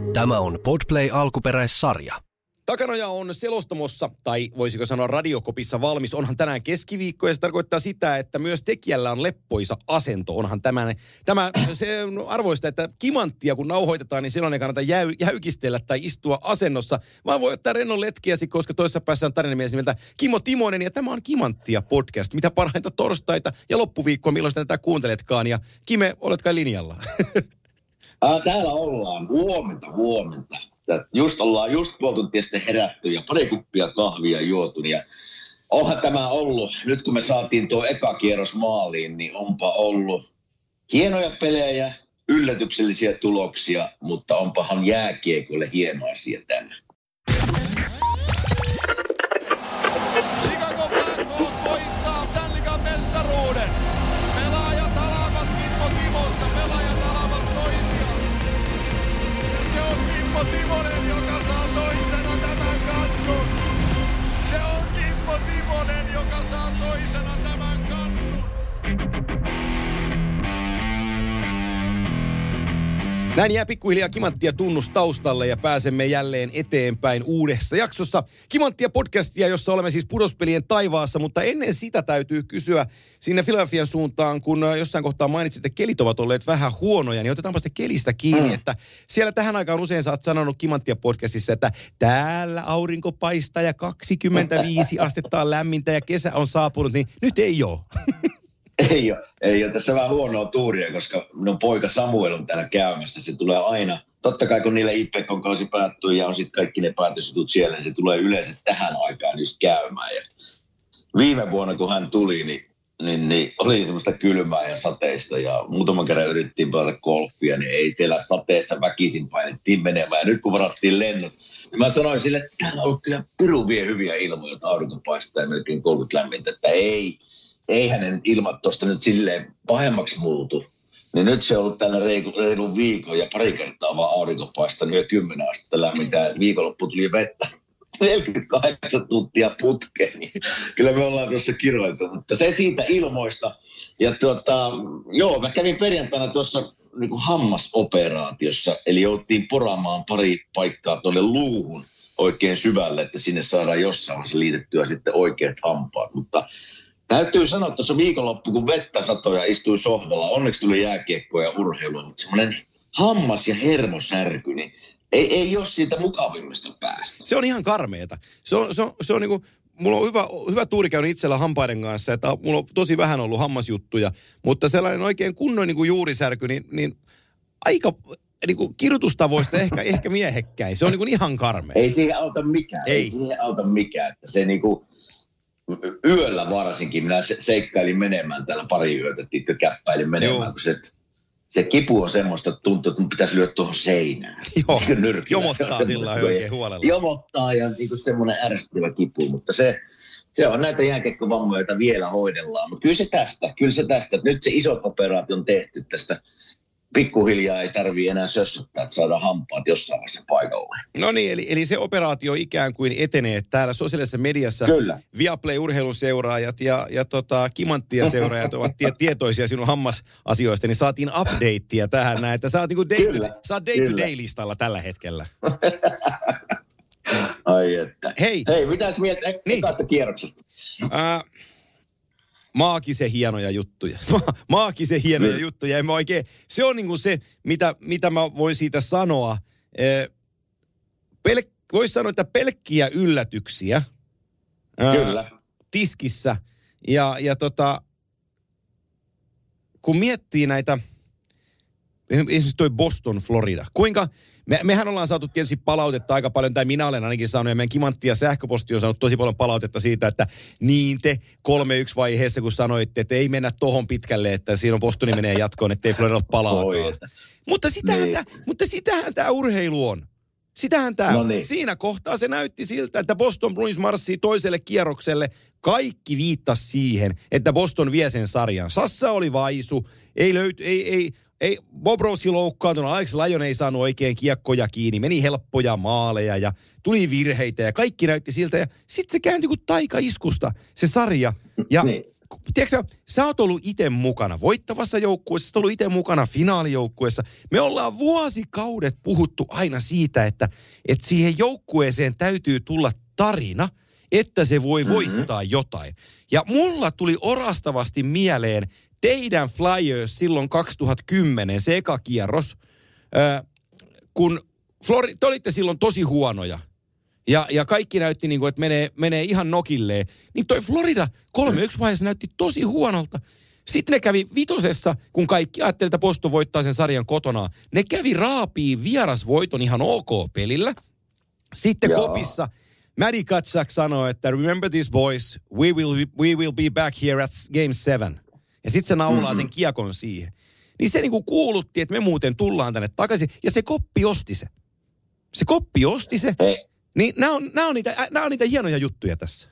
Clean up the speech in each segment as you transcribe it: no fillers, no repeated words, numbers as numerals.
Tämä on Podplay alkuperäissarja. Takanoja on selostamossa, tai voisiko sanoa radiokopissa valmis. Onhan tänään keskiviikko ja se tarkoittaa sitä, että myös tekijällä on leppoisa asento. Onhan se on arvoista, että kimanttia kun nauhoitetaan, niin silloin ei kannata jäykistellä tai istua asennossa, vaan voi ottaa rennon letkiäsi, koska toisessa päässä on tarinamies nimeltä Kimmo Timonen ja tämä on Kimanttia podcast. Mitä parhainta torstaita ja loppuviikkoa, milloin sitä tätä kuunteletkaan. Ja Kime, oletko linjalla? Täällä ollaan. Huomenta. Ollaan just puoli tuntia sitten herätty ja pari kuppia kahvia juotu. Ja onhan tämä ollut, nyt kun me saatiin tuo eka kierros maaliin, niin onpa ollut hienoja pelejä, yllätyksellisiä tuloksia, mutta onpahan jääkiekolle hieno asia tänään. Chicago Blackhawks voittaa Stanley Cup -mestaruuden. Pelaajat alavat Kimmo Timosta, pelaajat alavat toisiaan. Se on Kimmo Timonen, joka saa toisena tämän kannun. Se on Kimmo Timonen, joka saa toisena tämän kannun. Näin jää pikkuhiljaa Kimanttia tunnus taustalle ja pääsemme jälleen eteenpäin uudessa jaksossa Kimanttia podcastia, jossa olemme siis pudospelien taivaassa, mutta ennen sitä täytyy kysyä sinne Philadelphian suuntaan, kun jossain kohtaa mainitsit, että kelit ovat olleet vähän huonoja, niin otetaanpa sitä kelistä kiinni, että siellä tähän aikaan usein sä oot sanonut Kimanttia podcastissa, että täällä aurinko paistaa ja 25 astetta on lämmintä ja kesä on saapunut, niin nyt ei ole. Ei ole. Tässä vähän huonoa tuuria, koska minun poika Samuel on täällä käymässä. Se tulee aina, totta kai kun niille IPK:n kausi päättyy ja on sitten kaikki ne päätösjutut siellä, niin se tulee yleensä tähän aikaan just käymään. Ja viime vuonna, kun hän tuli, niin oli semmoista kylmää ja sateista ja muutaman kerran yritettiin pelata golfia, niin ei siellä sateessa väkisin painettiin menemään. Ja nyt kun varattiin lennot, niin mä sanoin sille, että täällä on ollut kyllä pirun hyviä ilmoja, että aurinko paistaa ja melkein 30 lämmintä, että ei hänen ilmat tuosta nyt silleen pahemmaksi muutu. Niin nyt se on ollut täällä reilun viikon ja pari kertaa vaan aurinko paistanut ja 10 astetta lämmintä. Viikonloppu tuli vettä 48 tuntia putkeen. Niin kyllä me ollaan tuossa kiroiltu, mutta se siitä ilmoista. Ja mä kävin perjantaina tuossa niin kuin hammasoperaatiossa, eli jouttiin poraamaan pari paikkaa tuolle luuhun oikein syvälle, että sinne saadaan jossain vaiheessa liitettyä sitten oikeat hampaat, mutta täytyy sanoa, että tuossa viikonloppu, kun vettä satoi ja istui sohvalla, onneksi tuli jääkiekkoa ja urheilua, mutta semmoinen hammas- ja hermosärky, niin ei ole siitä mukavimmasta päästä. Se on ihan karmeeta. Se on niinku, mulla on hyvä tuuri käynyt itsellä hampaiden kanssa, että mulla on tosi vähän ollut hammasjuttuja, mutta sellainen oikein kunnon niinku juurisärky, niin aika niinku kirjoitustavoista ehkä miehekkäin. Se on niinku ihan karmea. Ei siihen auta mikään. Että se niinku yöllä varsinkin minä seikkailin menemään täällä pari yötä, käppäilin menemään, kun se kipu on semmoista, että tuntuu, että mun pitäisi lyödä tuohon seinään. Joo, jomottaa sillä oikein huolella. Jomottaa ja niin kuin semmoinen ärsyttävä kipu, mutta se on näitä jääkiekkovammoja, joita vielä hoidellaan. Mutta kyllä se tästä, että nyt se iso operaatio on tehty tästä. Pikkuhiljaa ei tarvitse enää sössöttää, että saadaan hampaat jossain vaiheessa paikalle. No niin, eli se operaatio ikään kuin etenee täällä sosiaalisessa mediassa. Kyllä. Viaplay urheilun seuraajat ja Kimanttia seuraajat ovat tietoisia sinun hammasasioista, niin saatiin updatea tähän näin, että sä oot, day to day listalla tällä hetkellä. Ai että. Hei, mitäs mieltä ekasta kierroksesta? Maagisen hienoja juttuja. En mä oikein, se on niinku se, mitä mä voin siitä sanoa. Voisi sanoa, että pelkkiä yllätyksiä. Kyllä. Tiskissä. Ja kun miettii näitä, esimerkiksi toi Boston, Florida. Kuinka, mehän ollaan saatu tietysti palautetta aika paljon, tai minä olen ainakin saanut, ja meidän Kimanttia sähköposti on saanut tosi paljon palautetta siitä, että niin te 3-1 vaiheessa, kun sanoitte, että ei mennä tohon pitkälle, että siinä on Bostoni menee jatkoon, että ei Florida palaakaan. Mutta sitähän tämä urheilu on. Sitähän tämä on. Niin. Siinä kohtaa se näytti siltä, että Boston Bruins marssii toiselle kierrokselle. Kaikki viittasi siihen, että Boston vie sen sarjan. Sassa oli vaisu, ei Bobrovski loukkaantunut, Alex Lyon ei saanut oikein kiekkoja kiinni, meni helppoja maaleja ja tuli virheitä ja kaikki näytti siltä. Ja sitten se kääntyi kuin taikaiskusta se sarja. Ja tiedätkö sä oot ollut itse mukana voittavassa joukkueessa, sä oot ollut itse mukana finaalijoukkueessa. Me ollaan vuosikaudet puhuttu aina siitä, että siihen joukkueeseen täytyy tulla tarina, että se voi voittaa jotain. Ja mulla tuli orastavasti mieleen teidän Flyers silloin 2010, se eka kierros, kun te olitte silloin tosi huonoja. Ja kaikki näytti niin kuin, että menee ihan nokilleen. Niin toi Florida 3-1 vaiheessa näytti tosi huonolta. Sitten ne kävi vitosessa, kun kaikki ajatteli, että Boston voittaa sen sarjan kotona. Ne kävi raapii vierasvoiton ihan ok pelillä. Sitten kopissa Matty Tkachuk sanoi, että remember this boys, we will be back here at game 7. Ja sitten se naulaa sen kiekon siihen. Niin se niinku kuulutti, että me muuten tullaan tänne takaisin. Ja se koppi osti se. Se koppi osti se. Niin nämä on niitä hienoja juttuja tässä.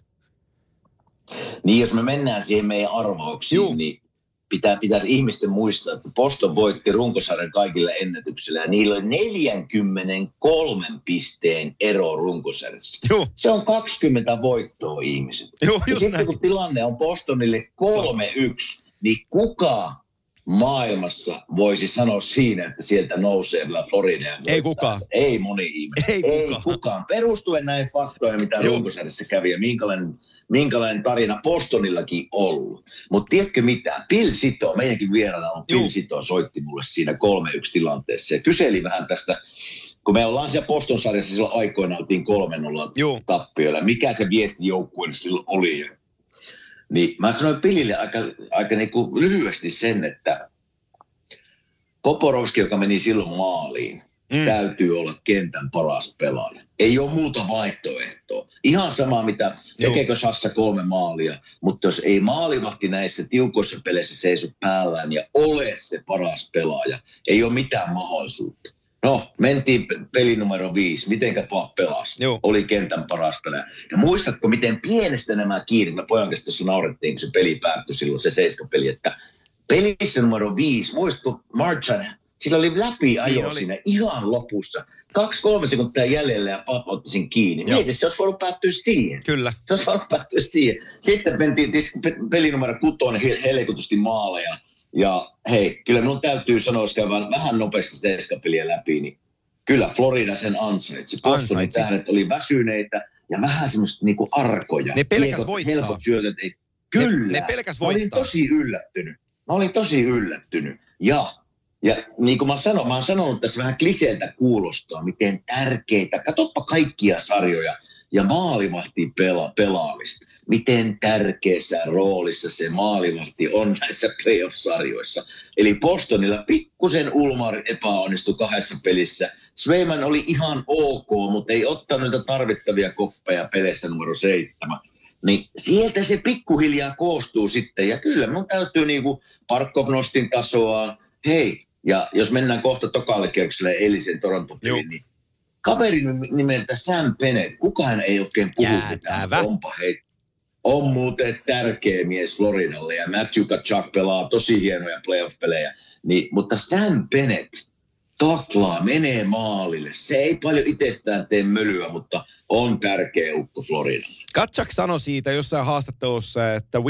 Niin jos me mennään siihen meidän arvauksiin, niin pitäisi ihmisten muistaa, että Boston voitti runkosarjan kaikilla ennätyksillä. Ja niillä on 43 pisteen ero runkosarjassa. Se on 20 voittoa ihmiset. Ja sitten kun tilanne on Bostonille 3-1, niin kuka maailmassa voisi sanoa siinä, että sieltä nousee vielä Florida? Ei kukaan. Ei moni ihminen. Ei kukaan. Perustuen näihin faktoihin, mitä runkosarjassa kävi ja minkälainen tarina Bostonillakin ollut. Mutta tiedätkö mitä? Bill Sito, meidänkin vieraana on Bill Sito, soitti mulle siinä 3-1 tilanteessa ja kyseli vähän tästä, kun me ollaan siellä Boston-sarjassa silloin aikoina oltiin 3-0 tappioilla. Mikä se viesti joukkueelle silloin oli? Niin mä sanoin Billille aika niin kuin lyhyesti sen, että Koporovski, joka meni silloin maaliin, täytyy olla kentän paras pelaaja. Ei ole muuta vaihtoehtoa. Ihan sama, mitä tekeekö Sassa 3 maalia, mutta jos ei maalivahti näissä tiukoissa peleissä seiso päällään ja ole se paras pelaaja, ei ole mitään mahdollisuutta. No, mentiin peli numero 5. Mitenkä pelasi? Oli kentän paras pelaaja. Ja muistatko, miten pienestä nämä kiinni? Me pojan kanssa tuossa naurettiin, kun se peli päättyi silloin, se 7-peli, että pelissä numero 5, muistatko Marchand, sillä oli läpiajo siinä ihan lopussa. 2-3 sekuntia jäljellä ja Pap otti sen kiinni. Mieti, se olisi voinut päättyä siihen. Kyllä. Se olisi voinut päättyä siihen. Sitten mentiin peli numero 6, helkutusti maaleja. Ja hei, kyllä minun täytyy sanoa, jos käydään vähän nopeasti seiskapeliä läpi, niin kyllä Florida sen ansaitsi. Bostonin tähdet oli väsyneitä ja vähän semmoista niinku arkoja. Ne pelkäs voittaa. Helpot syötöt, ei. Kyllä. Ne pelkäs voittaa. Mä olin tosi yllättynyt. Ja niin kuin mä oon sanonut tässä vähän kliseeltä kuulostaa, miten tärkeitä. Katsoppa kaikkia sarjoja ja maalivahti pelaamista. Miten tärkeässä roolissa se maalivahti on näissä playoff-sarjoissa. Eli Bostonilla pikkusen Ulmar epäonnistui 2 pelissä. Swayman oli ihan ok, mutta ei ottanut niitä tarvittavia koppeja peleissä numero 7. Niin sieltä se pikkuhiljaa koostuu sitten. Ja kyllä mun täytyy niinku Parkov nostin tasoaan. Hei, ja jos mennään kohta tokalle kierrokselle eilisen Toronto-peliin, niin kaveri nimeltä Sam Bennett, kukaan ei oikein puhu mitään. Onpa hei. On muuten tärkeä mies Floridalle ja Matthew Tkachuk pelaa tosi hienoja playoff-pelejä. Niin, mutta Sam Bennett taklaa, menee maalille. Se ei paljon itsestään tee mölyä, mutta on tärkeä ukko Floridalle. Tkachuk sanoi siitä jossain haastattelussa, että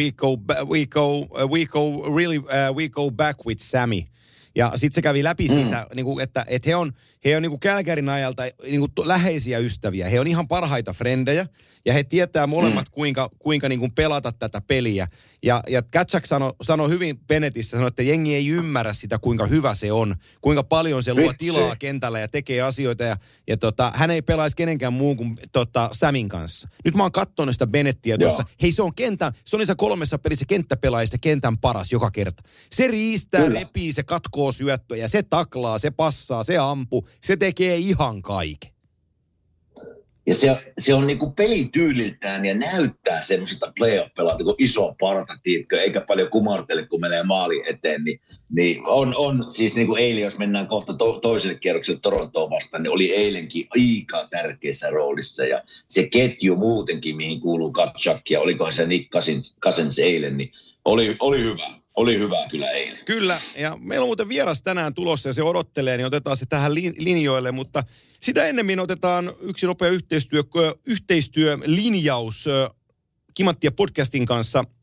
we go back with Sammy. Ja sitten se kävi läpi siitä, että he on Calgaryn ajalta läheisiä ystäviä. He on ihan parhaita frendejä ja he tietää molemmat kuinka pelata tätä peliä. Ja Tkachuk sanoi hyvin Benettissä, että jengi ei ymmärrä sitä, kuinka hyvä se on, kuinka paljon se luo tilaa kentällä ja tekee asioita. Ja hän ei pelaisi kenenkään muun kuin Samin kanssa. Nyt mä oon katsonut sitä Bennettiä tuossa. Hei, se on niissä 3 pelissä kenttäpelaajista kentän paras joka kerta. Se riistää, repii, se katkoo syöttöjä, se taklaa, se passaa, se ampuu. Se tekee ihan kaiken. Ja se on niinku pelityyliltään ja näyttää semmoiselta playoff-pelaalta kuin iso parta, tiedätkö, eikä paljon kumartele, kun menee maali eteen. Niin on siis niin kuin eilen, jos mennään kohta toiselle kierrokselle Torontoon vastaan, niin oli eilenkin aika tärkeässä roolissa. Ja se ketju muutenkin, mihin kuuluu Tkachuk ja olikohan se Nick Cousins eilen, niin oli hyvä. Oli hyvä kyllä eilen. Kyllä, ja meillä on muuten vieras tänään tulossa ja se odottelee, niin otetaan se tähän linjoille, mutta sitä ennemmin otetaan yksi nopea yhteistyölinjaus Kimanttia podcastin kanssa.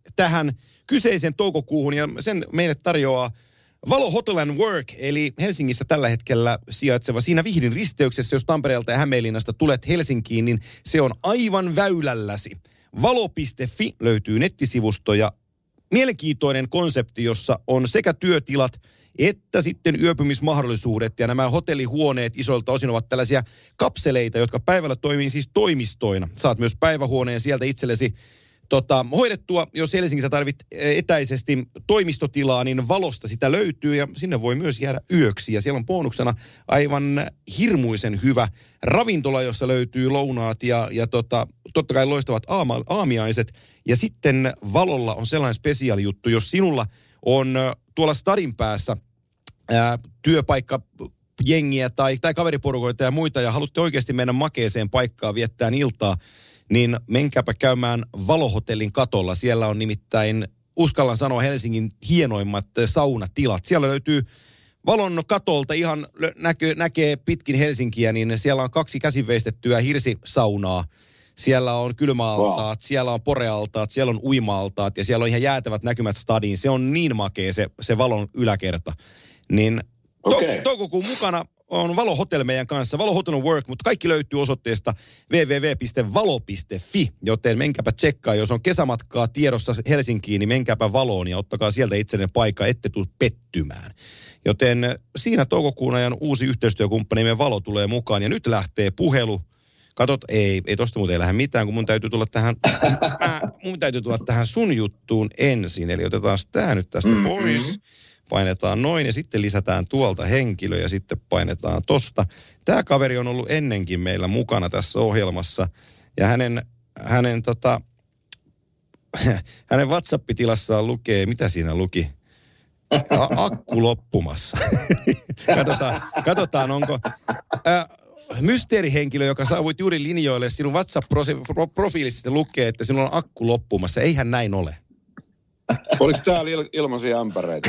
tähän kyseisen toukokuuhun ja sen meille tarjoaa Valo Hotel & Work, eli Helsingissä tällä hetkellä sijaitseva siinä Vihdin risteyksessä, jos Tampereelta ja Hämeenlinnasta tulet Helsinkiin, niin se on aivan väylälläsi. Valo.fi löytyy nettisivusto ja mielenkiintoinen konsepti, jossa on sekä työtilat että sitten yöpymismahdollisuudet. Ja nämä hotellihuoneet isoilta osin ovat tällaisia kapseleita, jotka päivällä toimii siis toimistoina. Saat myös päivähuoneen sieltä itsellesi hoidettua. Jos Helsingissä tarvit etäisesti toimistotilaa, niin Valosta sitä löytyy ja sinne voi myös jäädä yöksi. Ja siellä on bonuksena aivan hirmuisen hyvä ravintola, jossa löytyy lounaat ja totta kai loistavat aamiaiset. Ja sitten Valolla on sellainen spesiaalijuttu, jos sinulla on tuolla stadin päässä työpaikka jengiä tai kaveriporukoita ja muita ja haluatte oikeasti mennä makeeseen paikkaan viettään iltaa, niin menkääpä käymään Valohotellin katolla. Siellä on nimittäin, uskallan sanoa, Helsingin hienoimmat saunatilat. Siellä löytyy Valon katolta ihan näkee pitkin Helsinkiä, niin siellä on 2 käsinveistettyä hirsisaunaa. Siellä on kylmäaltaat, siellä on porealtaat, siellä on uima-altaat ja siellä on ihan jäätävät näkymät stadiin. Se on niin makea se Valon yläkerta. Niin toukokuun mukana on Valo Hotel meidän kanssa, Valo Hotel & Work, mutta kaikki löytyy osoitteesta www.valo.fi, joten menkääpä tsekkaa, jos on kesämatkaa tiedossa Helsinkiin, niin menkääpä Valoon ja ottakaa sieltä itsellinen paikka, ette tule pettymään. Joten siinä toukokuun ajan uusi yhteistyökumppani meidän Valo tulee mukaan ja nyt lähtee puhelu. Katot, ei tosta muuten ei lähde mitään, kun mun täytyy tulla tähän sun juttuun ensin. Eli otetaan tää nyt tästä pois, painetaan noin ja sitten lisätään tuolta henkilö ja sitten painetaan tosta. Tää kaveri on ollut ennenkin meillä mukana tässä ohjelmassa ja hänen WhatsApp-tilassaan lukee, mitä siinä luki? Akku loppumassa. Katsotaan onko... mysteerihenkilö, joka saavuit juuri linjoille, sinun WhatsApp-profiilissa lukee, että sinulla on akku loppumassa. Eihän näin ole. Oliko täällä ilmaisia ämpäreitä?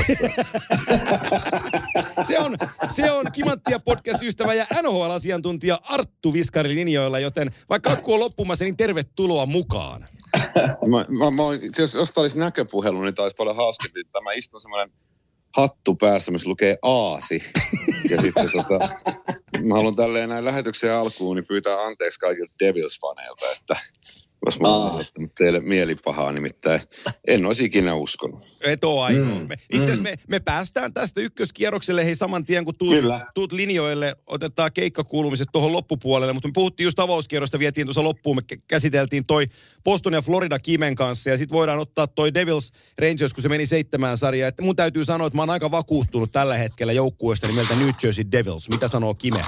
se on Kimanttia podcast-ystävä ja NHL-asiantuntija Arttu Viskari linjoilla, joten vaikka akku on loppumassa, niin tervetuloa mukaan. Jos tämä olisi näköpuhelu, niin tämä olisi paljon hauskempi. Mä istun semmoinen hattu päässä, missä lukee Aasi. Ja sitten mä haluan tälleen näin lähetyksen alkuun, niin pyytää anteeksi kaikilta Devils-faneilta, että jos mä olen ottanut teille mielipahaa, nimittäin en olisi ikinä uskonut. Et ole ainoa. Itse asiassa me päästään tästä ykköskierrokselle, hei saman tien kun tuut linjoille, otetaan keikkakuulumiset tuohon loppupuolelle, mutta me puhuttiin just avauskierrosta, vietiin tuossa loppuun, me käsiteltiin toi Boston ja Florida Kimen kanssa ja sitten voidaan ottaa toi Devils Rangers, kun se meni 7 sarjaa. Että mun täytyy sanoa, että mä oon aika vakuuttunut tällä hetkellä joukkueesta nimeltä New Jersey Devils. Mitä sanoo Kime?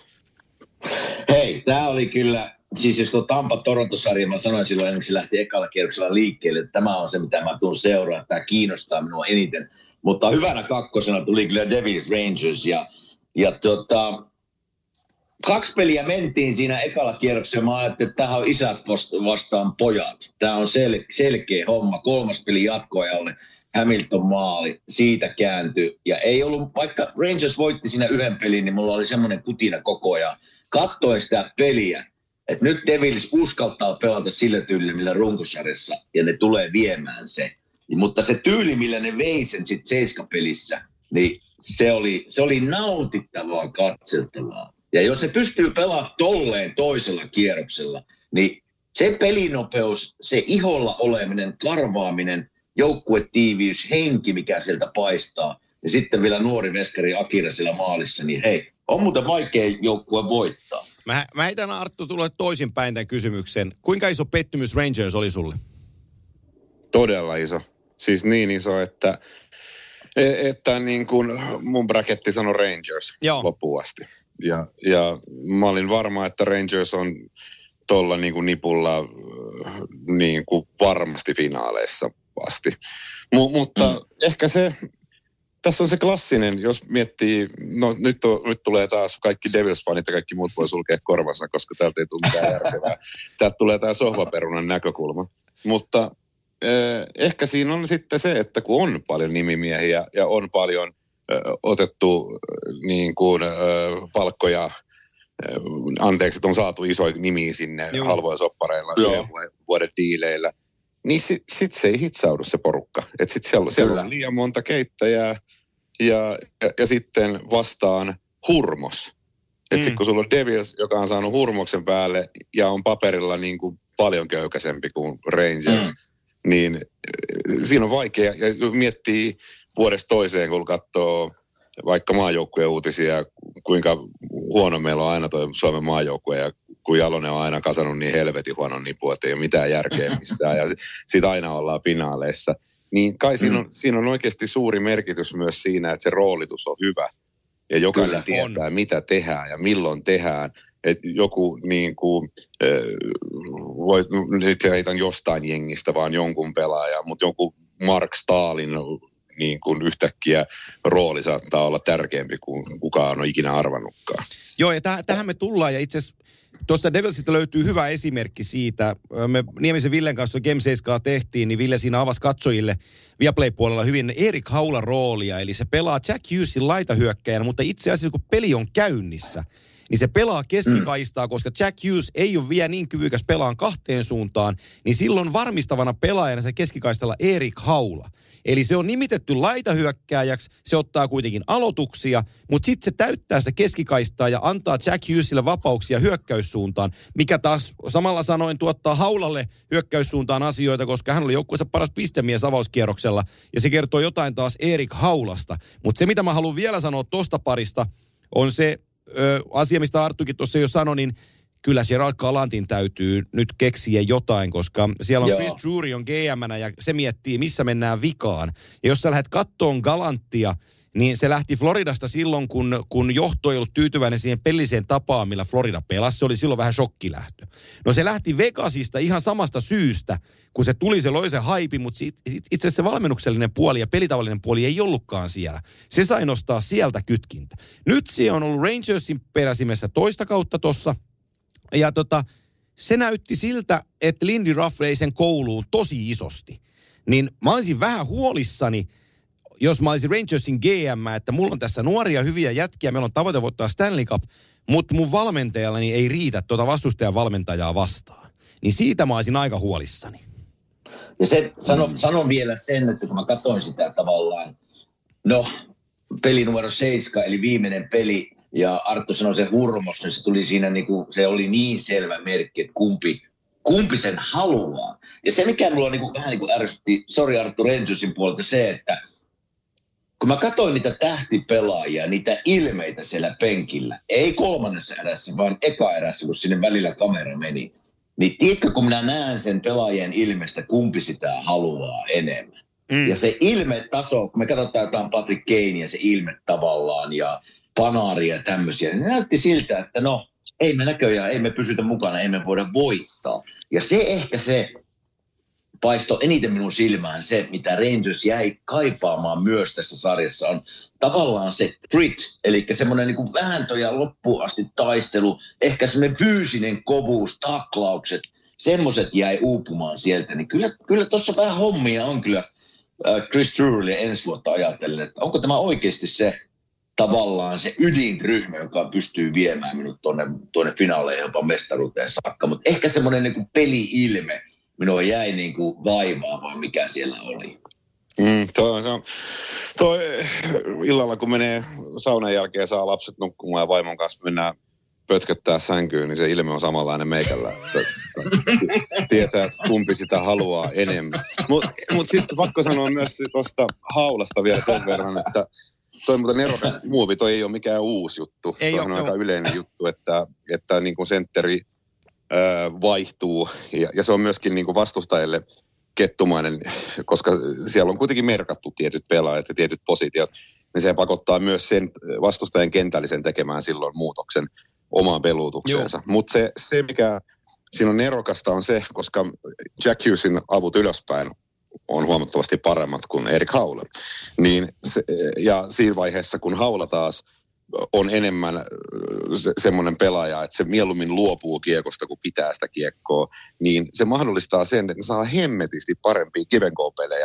Hei, tää oli kyllä... Siis jos tuo Tampa-Toronto-sarja, mä sanoin silloin ennen kuin se lähti ekalla kierroksella liikkeelle, että tämä on se, mitä mä tuun seuraamaan, tämä kiinnostaa minua eniten. Mutta hyvänä kakkosena tuli kyllä Devils Rangers ja 2 peliä mentiin siinä ekalla kierroksella. Mä ajattelin, että tämä on isät vastaan pojat. Tämä on selkeä homma. 3. peli jatkoajalle. Hamilton maali, siitä kääntyi. Ja ei ollut, vaikka Rangers voitti siinä 1 pelin, niin mulla oli semmoinen kutina koko ajan. Katsoin sitä peliä. Että nyt Devils uskaltaa pelata sillä tyylillä, millä runkosarjassa, ja ne tulee viemään se. Mutta se tyyli, millä ne vei sen sitten 7-pelissä, niin se oli nautittavaa katseltavaa. Ja jos ne pystyy pelaamaan tolleen toisella kierroksella, niin se pelinopeus, se iholla oleminen, karvaaminen, joukkuetiiviys, henki, mikä sieltä paistaa, ja sitten vielä nuori veskari Akira siellä maalissa, niin hei, on muuten vaikea joukkue voittaa. Mä heitän Arttu tulee toisinpäin tämän kysymyksen. Kuinka iso pettymys Rangers oli sulle? Todella iso. Siis niin iso, että niin kuin mun braketti sanoi Rangers loppuun asti. Ja mä olin varma, että Rangers on tuolla niin kuin nipulla niin kuin varmasti finaaleissa asti. Mutta ehkä se... Tässä on se klassinen, jos miettii, no nyt tulee taas kaikki Devils-fanit ja kaikki muut voi sulkea korvansa, koska täältä ei tule mitään järkevää. Täältä tulee tämä sohvaperunan näkökulma. Mutta ehkä siinä on sitten se, että kun on paljon nimimiehiä ja on paljon otettu niin kuin, palkkoja, anteeksi, että on saatu isoja nimiä sinne halvoja soppareilla, vuoden diileillä, niin sit se ei hitsaudu se porukka. Että sit siellä on liian monta keittäjää ja sitten vastaan hurmos. Että sitten kun sulla on Devils, joka on saanut hurmoksen päälle ja on paperilla niin kuin paljon köykäisempi kuin Rangers, niin siinä on vaikea. Ja miettii vuodesta toiseen, kun katsoo vaikka maajoukkueen uutisia, kuinka huono meillä on aina toi Suomen maajoukkue ja kun Jalonen on aina kasannut niin helvetin huonon nipun, että ei ole mitään järkeä missään ja siitä aina ollaan finaaleissa. Niin kai siinä on oikeasti suuri merkitys myös siinä, että se roolitus on hyvä ja jokainen tietää, mitä tehdään ja milloin tehdään. Että joku niin kuin, nyt heitän jostain jengistä vaan jonkun pelaaja, mutta joku Mark Stalin niin kuin yhtäkkiä rooli saattaa olla tärkeämpi kuin kukaan on ikinä arvannutkaan. Joo, ja tähän me tullaan, ja itse asiassa tuosta Devilsista löytyy hyvä esimerkki siitä. Me Niemisen Villen kanssa Game 7 tehtiin, niin Ville siinä avasi katsojille Viaplay-puolella hyvin Erik Haulan roolia, eli se pelaa Jack Hughesin laitahyökkäjänä, mutta itse asiassa kun peli on käynnissä, niin se pelaa keskikaistaa, koska Jack Hughes ei ole vielä niin kyvykäs pelaan kahteen suuntaan, niin silloin varmistavana pelaajana se keskikaistalla Erik Haula. Eli se on nimitetty laitahyökkääjäksi, se ottaa kuitenkin aloituksia, mutta sitten se täyttää sitä keskikaistaa ja antaa Jack Hughesille vapauksia hyökkäyssuuntaan, mikä taas samalla sanoen tuottaa Haulalle hyökkäyssuuntaan asioita, koska hän oli joukkueensa paras pistemies avauskierroksella, ja se kertoo jotain taas Erik Haulasta. Mutta se, mitä mä haluan vielä sanoa tosta parista, on se asia, mistä Arttukin tuossa jo sanoi, niin kyllä Gerald Galantin täytyy nyt keksiä jotain, koska siellä on Chris Drury on GM-nä ja se miettii, missä mennään vikaan. Ja jos sä lähdet kattoon Galanttia, niin se lähti Floridasta silloin, kun johto ei ollut tyytyväinen siihen pelilliseen tapaan, millä Florida pelasi. Se oli silloin vähän shokkilähtö. No se lähti Vegasista ihan samasta syystä, kun se tuli, se loi se haipi, mutta itse asiassa se valmennuksellinen puoli ja pelitavallinen puoli ei ollutkaan siellä. Se sai nostaa sieltä kytkintä. Nyt se on ollut Rangersin peräsimessä toista kautta tossa. Ja se näytti siltä, että Lindy Ruff vei sen kouluun tosi isosti. Niin mä olisin vähän huolissani, jos mä olisin Rangersin GM, että mulla on tässä nuoria hyviä jätkiä, meillä on tavoite voittaa Stanley Cup, mutta mun valmentajallani ei riitä vastustajan valmentajaa vastaan. Niin siitä mä olisin aika huolissani. Ja sanon vielä sen, että kun mä katsoin sitä tavallaan, peli numero 7, eli viimeinen peli, ja Arttu sanoi se hurmos, niin se tuli siinä se oli niin selvä merkki, että kumpi sen haluaa. Ja se, mikä mulla vähän ärsytti, Arttu Rangersin puolelta, se, että kun mä katsoin niitä tähtipelaajia, niitä ilmeitä siellä penkillä, ei kolmannessa erässä, vaan eka erässä, kun sinne välillä kamera meni, niin tiedätkö, kun minä näen sen pelaajien ilmestä, kumpi sitä haluaa enemmän. Ja se ilmetaso, kun me katsotaan jotain Patrick Kanea, se ilme tavallaan, ja Panaria ja tämmöisiä, niin näytti siltä, että ei me näköjään, ei me pysytä mukana, ei me voida voittaa. Ja se paistoi eniten minun silmään se, mitä Rangers jäi kaipaamaan myös tässä sarjassa, on tavallaan se grit, eli semmoinen vääntö ja loppuun asti taistelu, ehkä semmoinen fyysinen kovuus, taklaukset, semmoiset jäi uupumaan sieltä, niin kyllä tuossa vähän hommia on kyllä Chris Drurylle ensi vuotta ajatellen, että onko tämä oikeasti se tavallaan se ydinryhmä, joka pystyy viemään minut tuonne finaaleihin jopa mestaruuteen saakka, mutta ehkä semmoinen peli-ilme, minua jäi vaivaa, vai mikä siellä oli. Toi illalla, kun menee saunan jälkeen, saa lapset nukkumaan ja vaimon kanssa mennään pötköttää sänkyyn, niin se ilme on samanlainen meikällä. Tietää, että kumpi sitä haluaa enemmän. Mut sitten pakko sanoa myös tuosta Haulasta vielä sen verran, että toi muuten nerokas muovi, toi ei ole mikään uusi juttu. Se on aika yleinen juttu, että niin kuin sentteri vaihtuu ja se on myöskin niin kuin vastustajille kettumainen, koska siellä on kuitenkin merkattu tietyt pelaajat ja tietyt positiot, niin se pakottaa myös sen vastustajan kentällisen tekemään silloin muutoksen omaan peluutukseensa. Mutta se, mikä siinä on nerokasta, on se, koska Jack Hughesin avut ylöspäin on huomattavasti paremmat kuin Erik Haula. Ja siinä vaiheessa, kun Haula taas on enemmän semmoinen pelaaja, että se mieluummin luopuu kiekosta, kuin pitää sitä kiekkoa, niin se mahdollistaa sen, että ne saa hemmetisti parempia give-and-go-pelejä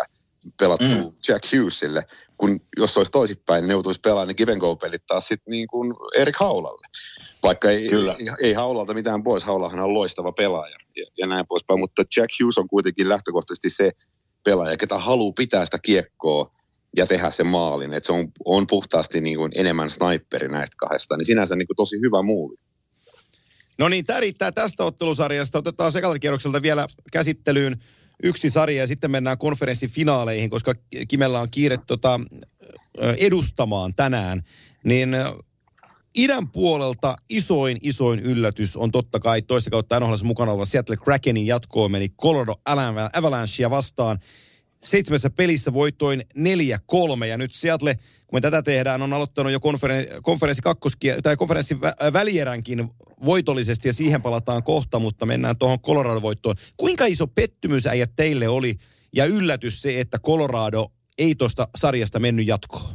pelattua Jack Hughesille, kun jos olisi toisinpäin, ne joutuisi pelaamaan ne give and go -pelit taas sitten niin kuin Erik Haulalle. Vaikka ei Haulalta mitään pois, Haulahan on loistava pelaaja ja näin poispäin, mutta Jack Hughes on kuitenkin lähtökohtaisesti se pelaaja, ketä haluaa pitää sitä kiekkoa ja tehdä sen maalin, että se on puhtaasti niin kuin enemmän sniperi näistä kahdesta, niin sinänsä niin kuin tosi hyvä muuvi. No niin, tämä riittää tästä ottelusarjasta. Otetaan sekalta kierrokselta vielä käsittelyyn yksi sarja ja sitten mennään konferenssifinaaleihin, koska Kimellä on kiire edustamaan tänään. Niin idän puolelta isoin yllätys on totta kai toista kautta NHL:ssä mukana oleva Seattle Krakenin jatkoon meni Colorado Avalanchea vastaan. 7 pelissä voittoin 4-3 ja nyt Seattle, kun me tätä tehdään, on aloittanut jo konferenssin välieränkin voitollisesti ja siihen palataan kohta, mutta mennään tuohon Colorado-voittoon. Kuinka iso pettymys äijät teille oli ja yllätys se, että Colorado ei tuosta sarjasta mennyt jatkoon?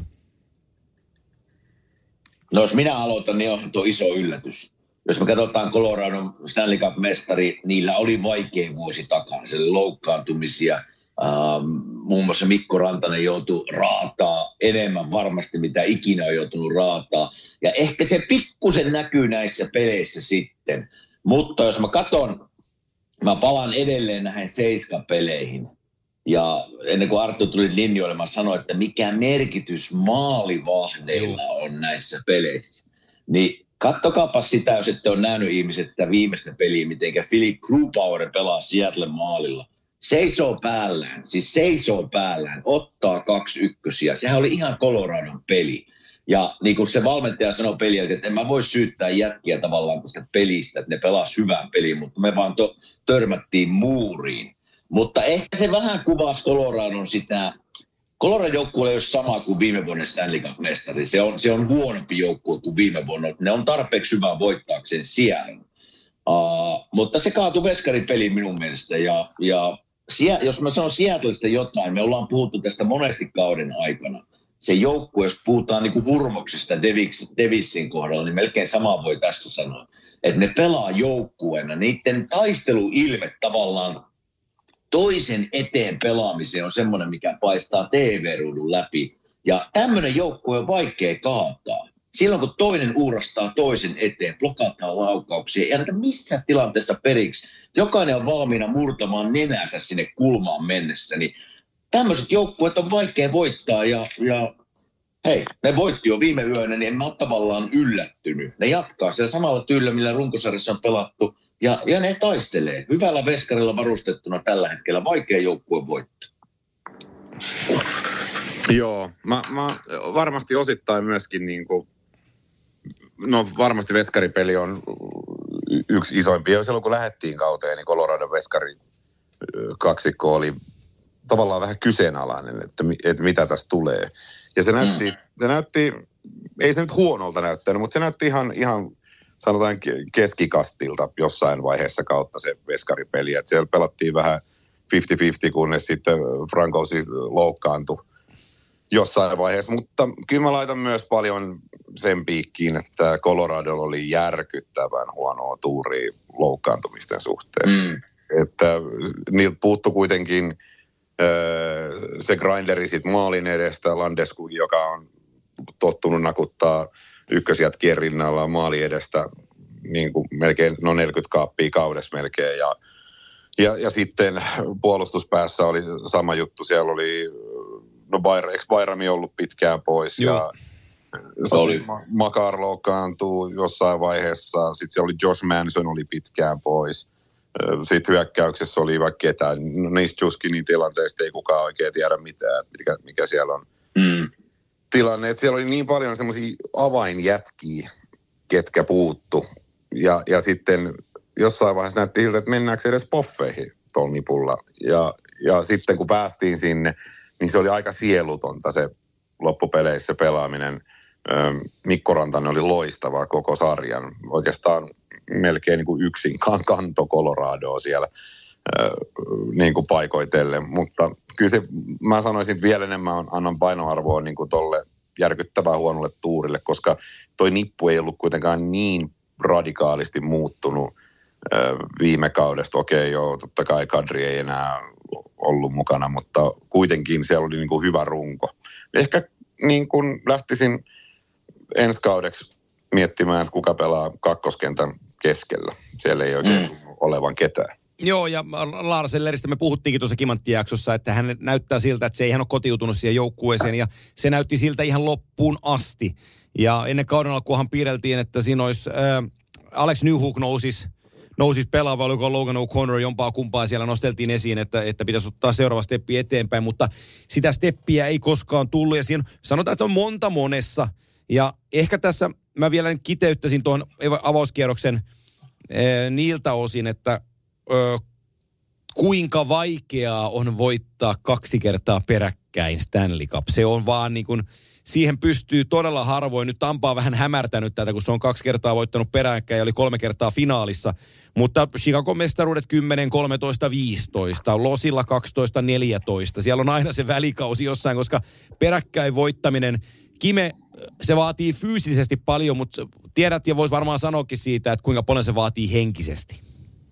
No jos minä aloitan, niin on tuo iso yllätys. Jos me katsotaan Coloradon Stanley Cup-mestari, niillä oli vaikea vuosi takaa. Se oli loukkaantumisia. Muun muassa Mikko Rantanen joutui raataa enemmän varmasti, mitä ikinä on joutunut raataa. Ja ehkä se pikkusen näkyy näissä peleissä sitten. Mutta jos mä katson, mä palaan edelleen näihin 7-peleihin. Ja ennen kuin Arttu tuli linjoille, mä sanoin, että mikä merkitys maalivahdeilla on näissä peleissä. Niin kattokaapa sitä, jos ette ole nähnyt ihmiset sitä viimeistä peliä, mitenkä Philip Grubauer pelaa Seattle maalilla. Seisoo päällään, ottaa 2 ykkösiä. Sehän oli ihan Coloradon peli. Ja niin kuin se valmentaja sanoi peliä, että en mä voi syyttää jätkiä tavallaan tästä pelistä, että ne pelasi hyvän pelin, mutta me vaan törmättiin muuriin. Mutta ehkä se vähän kuvasi Coloradon sitä. Coloradon joukkue ei ole sama kuin viime vuonna Stanley Cup-mestari. Se on huonompi joukkue kuin viime vuonna. Ne on tarpeeksi hyvä voittaakseen siellä. Mutta se kaatui veskaripeliin minun mielestä. Ja jos mä sanon Seattlesta jotain, me ollaan puhuttu tästä monesti kauden aikana. Se joukkue, jos puhutaan niin kuin hurmoksista Davisin kohdalla, niin melkein samaa voi tässä sanoa. Että ne pelaa joukkueena. Niiden taisteluilme tavallaan toisen eteen pelaamiseen on semmoinen, mikä paistaa TV-ruudun läpi. Ja tämmöinen joukkue on vaikea kaataa. Silloin kun toinen uurastaa toisen eteen, blokataan laukauksia, ei anneta missään tilanteessa periksi. Jokainen on valmiina murtamaan nenänsä sinne kulmaan mennessä. Niin tämmöiset joukkueet on vaikea voittaa ja hei, ne voitti jo viime yönä, niin en mä ole tavallaan yllättynyt. Ne jatkaa siellä samalla tyylillä, millä runkosarjassa on pelattu ja ne taistelee. Hyvällä veskarilla varustettuna tällä hetkellä vaikea joukkue voittaa. Joo, mä varmasti osittain myöskin niin kuin, no varmasti veskaripeli on yksi isoimpia. Jo silloin kun lähdettiin kauteen, niin Coloradon veskari kaksikko oli tavallaan vähän kyseenalainen, että mitä tästä tulee. Ja se näytti, ei se nyt huonolta näyttänyt, mutta se näytti ihan sanotaan keskikastilta jossain vaiheessa kautta se veskaripeli. Että siellä pelattiin vähän 50-50, kunnes sitten Franco siis loukkaantui jossain vaiheessa. Mutta kyllä mä laitan myös paljon sen piikkiin, että Coloradolla oli järkyttävän huonoa tuuria loukkaantumisten suhteen. Että niiltä puuttui kuitenkin se grinderi sit maalin edestä, Landeskog, joka on tottunut nakuttaa ykkösjätkien rinnalla maali edestä niin kuin melkein 40 kaappia kaudessa melkein. Ja sitten puolustuspäässä oli sama juttu. Siellä oli, eikö Bayrami ollut pitkään pois? Joo. Ja Makar loukkaantuu jossain vaiheessa. Sitten siellä oli Josh Manson oli pitkään pois. Sitten hyökkäyksessä oli vaikka ketään. Niistä Juskinin tilanteista ei kukaan oikein tiedä mitään, mikä siellä on tilanne. Että siellä oli niin paljon semmoisia avainjätkiä, ketkä puuttu. Ja sitten jossain vaiheessa näytti siltä, että mennäänkö edes poffeihin tuolla nipulla. Ja sitten kun päästiin sinne, niin se oli aika sielutonta se loppupeleissä pelaaminen. Mikko Rantanen oli loistava koko sarjan. Oikeastaan melkein niin kuin yksin kanto Coloradoa siellä niin kuin paikoitellen. Mutta kyllä se, mä sanoisin vielä enemmän annan painoarvoa niin kuin tolle järkyttävän huonolle tuurille, koska toi nippu ei ollut kuitenkaan niin radikaalisti muuttunut viime kaudesta. Okei, joo, totta kai kadri ei enää ollut mukana, mutta kuitenkin siellä oli niin kuin hyvä runko. Ehkä niin kuin lähtisin ensi kaudeksi miettimään, että kuka pelaa kakkoskentän keskellä. Siellä ei oikein olevan ketään. Joo, ja Lars Elleristä me puhuttiinkin tuossa Kimantti-jaksossa, että hän näyttää siltä, että se ei hän ole kotiutunut siihen joukkueeseen, ja se näytti siltä ihan loppuun asti. Ja ennen kauden alkuahan piirreltiin, että siinä olisi Alex Newhook nousisi pelaamaan, oliko Logan O'Connor jompaa kumpaa, siellä nosteltiin esiin, että pitäisi ottaa seuraava steppi eteenpäin, mutta sitä steppiä ei koskaan tullut, ja siinä sanotaan, että on monessa, ja ehkä tässä mä vielä kiteyttäisin tuon avauskierroksen niiltä osin, että kuinka vaikeaa on voittaa 2 kertaa peräkkäin Stanley Cup. Se on vaan niin kuin, siihen pystyy todella harvoin. Nyt Tampa on vähän hämärtänyt tätä, kun se on 2 kertaa voittanut peräkkäin ja oli 3 kertaa finaalissa. Mutta Chicago mestaruudet 10, 13, 15, Losilla 12, 14. Siellä on aina se välikausi jossain, koska peräkkäin voittaminen, Kime, se vaatii fyysisesti paljon, mutta tiedät ja vois varmaan sanoakin siitä, että kuinka paljon se vaatii henkisesti.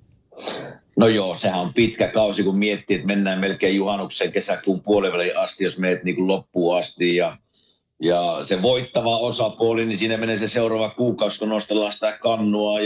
No joo, sehän on pitkä kausi, kun miettii, että mennään melkein juhannuksen kesäkuun puoliväliin asti, jos menet niin kuin loppuun asti. Ja se voittava osapuoli, niin siinä menee se seuraava kuukausi, kun nostellaan sitä kannua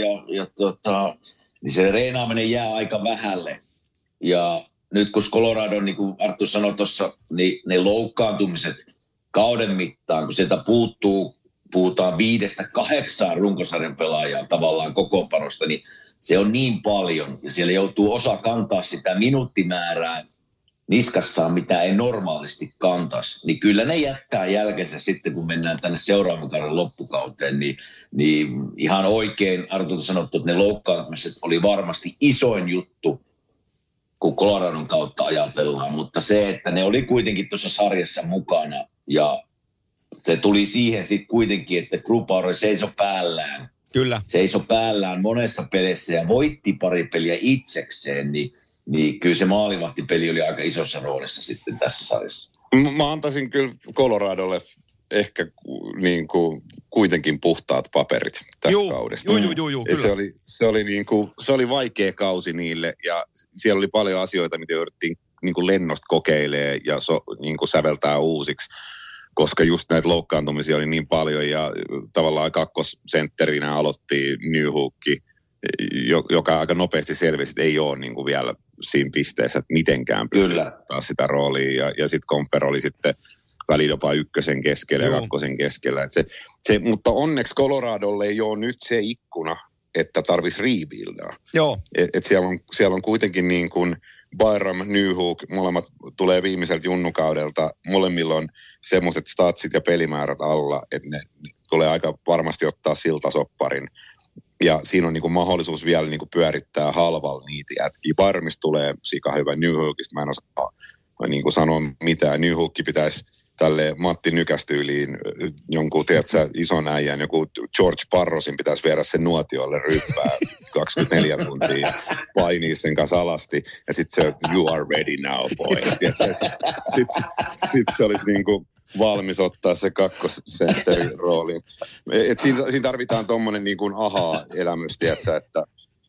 niin se reenaaminen jää aika vähälle. Ja nyt kun Colorado, niin kuin Arttu sanoi tuossa, niin ne loukkaantumiset kauden mittaan, kun sieltä puhutaan 5-8 runkosarjan pelaajaa tavallaan kokoonpanosta, niin se on niin paljon, ja siellä joutuu osa kantaa sitä minuuttimäärää niskassaan, mitä ei normaalisti kantaisi. Niin kyllä ne jättää jälkensä sitten, kun mennään tänne seuraavan kauden loppukauteen, niin ihan oikein Artulta sanottu, että ne loukkaantumiset oli varmasti isoin juttu, kun Coloradon kautta ajatellaan, mutta se, että ne oli kuitenkin tuossa sarjassa mukana, ja se tuli siihen sitten kuitenkin, että Grubauer seisoi päällään. Kyllä. Seisoi päällään monessa pelissä ja voitti pari peliä itsekseen, niin kyllä se maalivahtipeli oli aika isossa roolissa sitten tässä sarjassa. Mä antaisin kyllä Coloradolle ehkä niin kuin kuitenkin puhtaat paperit tästä kaudesta. Joo, kyllä. Se oli vaikea kausi niille ja siellä oli paljon asioita, mitä jouduttiin niin kuin lennosta kokeilemaan ja niin kuin säveltää uusiksi. Koska just näitä loukkaantumisia oli niin paljon ja tavallaan kakkosentterinä aloitti Newhook, joka aika nopeasti selvisi, että ei ole niin kuin vielä siinä pisteessä, että mitenkään pystyy taas sitä roolia. Ja sitten Comper oli sitten välillä jopa 1 keskellä ja 2 keskellä. Mutta onneksi Coloradolle ei ole nyt se ikkuna, että tarvitsisi rebuildaa. Joo. Et siellä on kuitenkin niin kuin Byram, Newhook, molemmat tulee viimeiseltä junnukaudelta. Molemmilla on semmoiset statsit ja pelimäärät alla, että ne tulee aika varmasti ottaa siltasopparin. Ja siinä on niinku mahdollisuus vielä niinku pyörittää halvalla niitä jätkiä. Byramista tulee sika hyvä, Newhookista mä en osaa niinku sanoa mitään. Newhook pitäisi tälle Matti Nykästyyliin jonkun, tiedätkö, ison äijän, joku George Parrosin pitäisi viedä sen nuotiolle ryppää 24 tuntia, painii sen kanssa alasti, ja sitten se, you are ready now, boy. Sitten se olisi niinku valmis ottaa se kakkosentterin rooliin. Siinä tarvitaan tommonen niinku ahaa-elämys, tiedätkö, että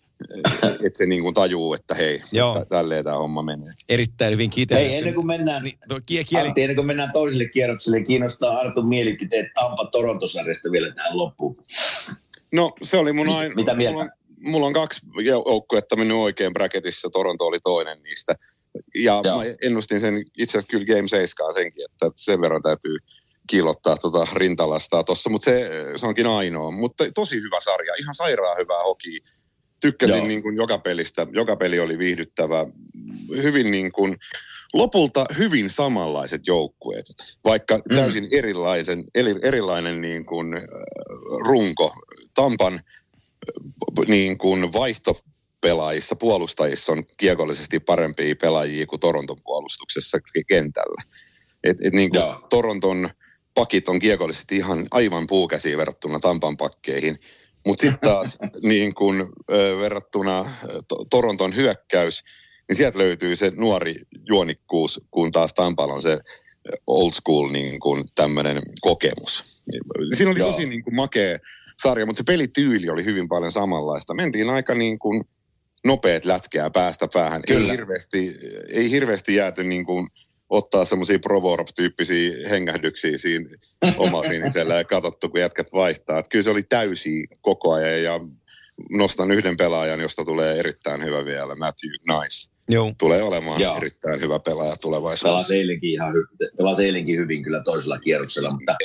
se niin kuin tajuu, että hei, tälleen tämä homma menee. Erittäin hyvin kiteytetty. Hei, ennen kuin mennään toiselle kierrokselle, kiinnostaa Artun mielipiteet Tampa-Toronto-sarjasta vielä tähän loppuun. No, se oli mun aina. Mitä mieltä? Mulla on 2 joukkuetta mennyt oikein bracketissa, Toronto oli toinen niistä. Ja mä ennustin sen itse asiassa kyllä Game 7 senkin, että sen verran täytyy kiillottaa rintalastaa tossa, mutta se onkin ainoa. Mutta tosi hyvä sarja, ihan sairaan hyvää hokia. Tykkäsin niin kuin joka pelistä. Joka peli oli viihdyttävä. Hyvin niin kuin, lopulta hyvin samanlaiset joukkueet, vaikka täysin erilainen niin kuin, runko. Tampan niin kuin vaihtopelaajissa, puolustajissa on kiekollisesti parempia pelaajia kuin Toronton puolustuksessa kentällä. Niin kuin Toronton pakit on kiekollisesti ihan aivan puukäsiä verrattuna Tampan pakkeihin. Mutta sitten taas niin kun, verrattuna Toronton hyökkäys, niin sieltä löytyy se nuori juonikkuus, kun taas Tampalla on se old school niin kun tämmöinen kokemus. Siinä oli tosi niin kun makea sarja, mutta se pelityyli oli hyvin paljon samanlaista. Mentiin aika niin kun nopeat lätkää päästä päähän. Ei hirveästi jääty niin kuin ottaa semmoisia Provorov-tyyppisiä hengähdyksiä siinä omasinisellä ja katsottu, kun jätkät vaihtaa. Että kyllä se oli täysiä koko ajan ja nostan yhden pelaajan, josta tulee erittäin hyvä vielä, Matthew Nice. Joo. Tulee olemaan erittäin hyvä pelaaja tulevaisuudessa. Pelasi eilenkin hyvin kyllä toisella kierroksella, mutta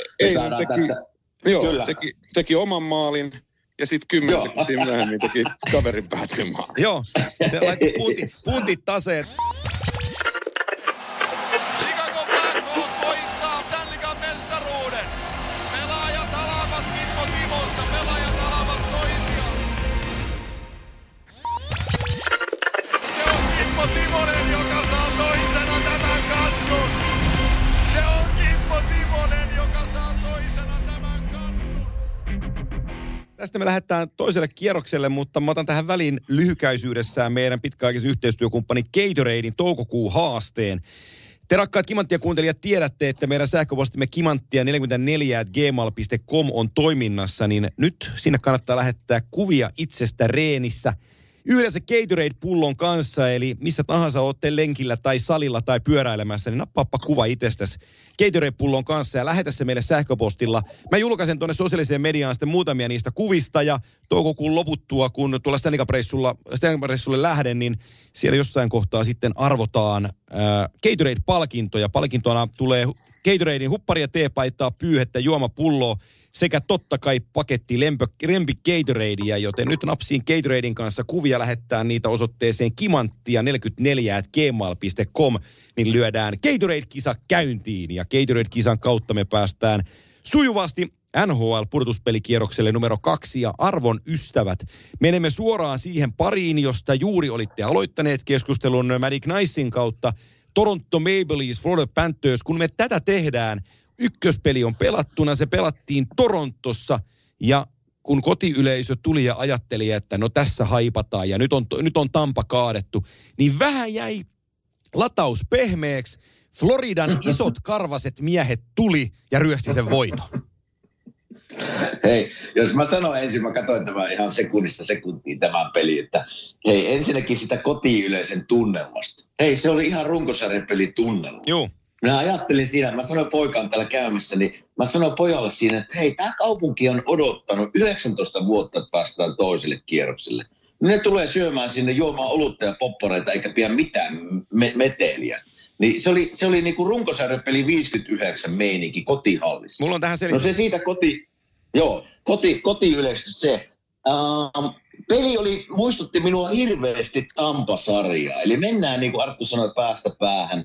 teki oman maalin ja sitten 10 sekuntia myöhemmin teki kaverin päätyn maalin. Joo, se laittoi puntit taseet. Chicago Blackhawks voittaa Stanley Cup -mestaruuden. Pelaajat alavat Kimmo Timosta, pelaajat alavat toisiaan. Se on Kimmo Timonen, joka saa toisena tämän kannun. Se on Kimmo Timonen, joka saa toisena tämän kannun. Tästä me lähdetään toiselle kierrokselle, mutta mä otan tähän väliin lyhykäisyydessään meidän pitkäaikaisen yhteistyökumppani Gatoraden toukokuun haasteen. Te rakkaat Kimanttia-kuuntelijat tiedätte, että meidän sähköpostimme kimanttia44@gmail.com on toiminnassa, niin nyt sinne kannattaa lähettää kuvia itsestä reenissä yhdessä Gatorade-pullon kanssa, eli missä tahansa ootte lenkillä tai salilla tai pyöräilemässä, niin nappaappa kuva itsestäsi Gatorade-pullon kanssa ja lähetä se meille sähköpostilla. Mä julkaisen tuonne sosiaaliseen mediaan sitten muutamia niistä kuvista ja toukokuun loputtua, kun tuolla Stanley Cup-reissulle lähden, niin siellä jossain kohtaa sitten arvotaan Gatorade-palkintoja. Palkintona tulee Gatoraden hupparia, teepaitaa, pyyhettä, juomapulloa sekä totta kai paketti lempi Gatoradea, joten nyt napsiin Gatoraden kanssa kuvia, lähettää niitä osoitteeseen kimanttia44@gmail.com, niin lyödään Gatorade-kisa käyntiin ja Gatorade-kisan kautta me päästään sujuvasti NHL-pudotuspelikierrokselle numero 2 ja arvon ystävät. Menemme suoraan siihen pariin, josta juuri olitte aloittaneet keskustelun Matty Knicein kautta. Toronto Maple Leafs, Florida Panthers. Kun me tätä tehdään, ykköspeli on pelattuna, se pelattiin Torontossa ja kun kotiyleisö tuli ja ajatteli, että no tässä haipataan ja nyt on Tampa kaadettu, niin vähän jäi lataus pehmeäksi. Floridan isot karvaset miehet tuli ja ryösti sen voiton. Hei, jos mä sanon ensin, mä katsoin tämän ihan sekunnista sekuntiin tämän peli, että hei, ensinnäkin sitä kotiyleisen tunnelmasta. Hei, se oli ihan runkosarjan pelitunnelma. Joo. Mä ajattelin siinä, mä sanoin poikaan täällä käymässä, niin mä sanoin pojalle siinä, että hei, tää kaupunki on odottanut 19 vuotta, että päästään toiselle kierrokselle. Ne tulee syömään sinne, juomaan olutta ja poppareita, eikä pidä mitään meteliä. Niin se oli niinku runkosarjan peli 59 meininki kotihallissa. Mulla on tähän selitys. No se siitä kotiyleisö se. Peli muistutti minua hirveästi Tampa-sarjaa. Eli mennään, niin kuin Arttu sanoi, päästä päähän.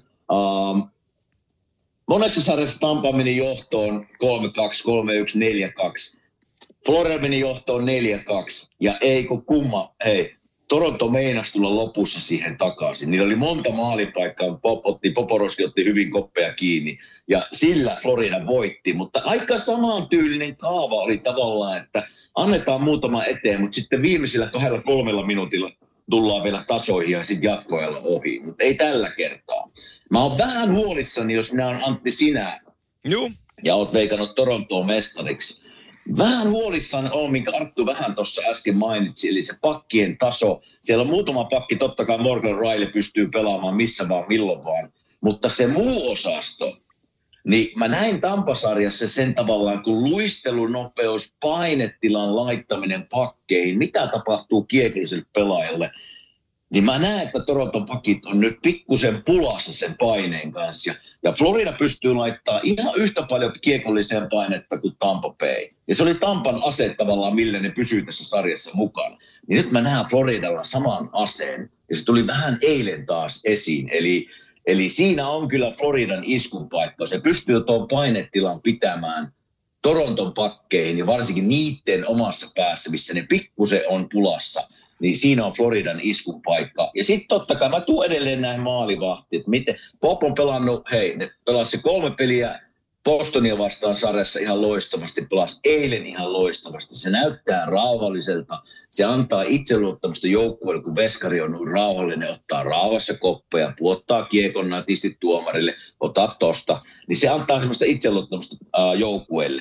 Monessa sarjassa Tampa meni johtoon 3-2, 3-1, 4-2. Florida meni johtoon 4-2. Ja ei kun kumma, hei, Toronto meinasi tulla lopussa siihen takaisin. Niillä oli monta maalipaikkaa, Poporoski otti hyvin koppeja kiinni ja sillä Florida voitti. Mutta aika samantyylinen kaava oli tavallaan, että annetaan muutama eteen, mutta sitten viimeisillä 2-3 minuutilla tullaan vielä tasoihin ja sitten jatkoajalla ohi. Mutta ei tällä kertaa. Mä oon vähän huolissani, jos minä olen Antti sinä ja oot veikannut Torontoon mestariksi. Vähän huolissaan on, minkä Arttu vähän tuossa äsken mainitsi, eli se pakkien taso. Siellä on muutama pakki, totta kai Morgan Rielly pystyy pelaamaan missä vaan, milloin vaan. Mutta se muu osasto, niin mä näin Tampasarjassa sen tavallaan, kun luistelunopeus, painetilan laittaminen pakkeihin, mitä tapahtuu kiekolliselle pelaajalle, niin mä näen, että Toronton pakit on nyt pikkusen pulassa sen paineen kanssa. Ja Florida pystyy laittamaan ihan yhtä paljon kiekolliseen painetta kuin Tampa Bay. Ja se oli Tampan ase tavallaan, millä ne pysyy tässä sarjassa mukana. Niin nyt mä näen Floridalla saman aseen. Ja se tuli vähän eilen taas esiin. Eli siinä on kyllä Floridan iskun paikka. Se pystyy tuon painetilan pitämään Toronton pakkeihin ja varsinkin niiden omassa päässä, missä ne pikkusen on pulassa. Niin siinä on Floridan iskun paikka. Ja sitten totta kai mä tuun edelleen näihin maalivahtiin, että miten Pop on pelannut, hei, ne pelasi 3 peliä Bostonia vastaan sarjassa ihan loistavasti, pelasi eilen ihan loistavasti. Se näyttää rauhalliselta, se antaa itseluottamusta joukkueelle, kun veskari on rauhallinen, ottaa rauhassa koppeja, puottaa kiekon natisti tuomarille, ota tosta. Niin se antaa semmoista itseluottamusta joukkueelle.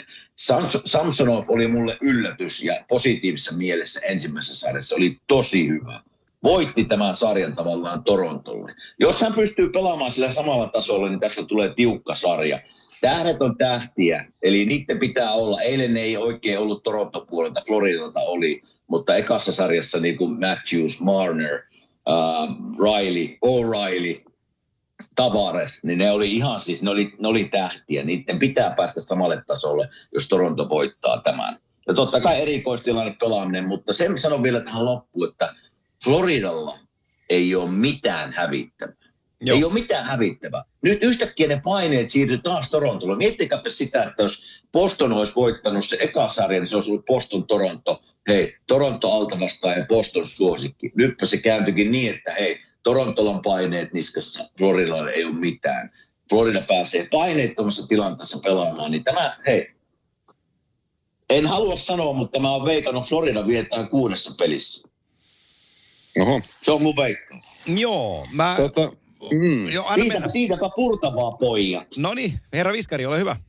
Samsonov oli mulle yllätys ja positiivisessa mielessä ensimmäisessä sarjassa oli tosi hyvä. voitti tämän sarjan tavallaan Torontolle. Jos hän pystyy pelaamaan sillä samalla tasolla, niin tästä tulee tiukka sarja. Tähdet on tähtiä, eli niiden pitää olla. Eilen ei oikein ollut Toronto-puolelta, Floridalta oli, mutta ekassa sarjassa niin kuin Matthews, Marner, Riley, O'Reilly, Tavares, niin ne oli ihan siis, ne oli tähtiä. Niiden pitää päästä samalle tasolle, jos Toronto voittaa tämän. Ja totta kai erikoistilanne pelaaminen, mutta sen sanon vielä tähän loppuun, että Floridalla ei ole mitään hävittävää. Joo. Ei ole mitään hävittävää. Nyt yhtäkkiä ne paineet siirtyi taas Torontolle. Miettikääpä sitä, että jos Boston olisi voittanut se eka sarja, niin se olisi ollut Boston-Toronto. Hei, Toronto alta vastaan ja Boston suosikki. Nytpä se kääntyikin niin, että hei, Torontolla on paineet niskassa, Floridalla ei ole mitään. Florida pääsee paineettomassa tilanteessa pelaamaan, niin tämä, hei, en halua sanoa, mutta mä oon veikannut, Florida vietään 6 pelissä. Oho. Se on mun veikka. Joo, Joo, siitäpä purtavaa, pojat. Noniin, herra Viskari, ole hyvä.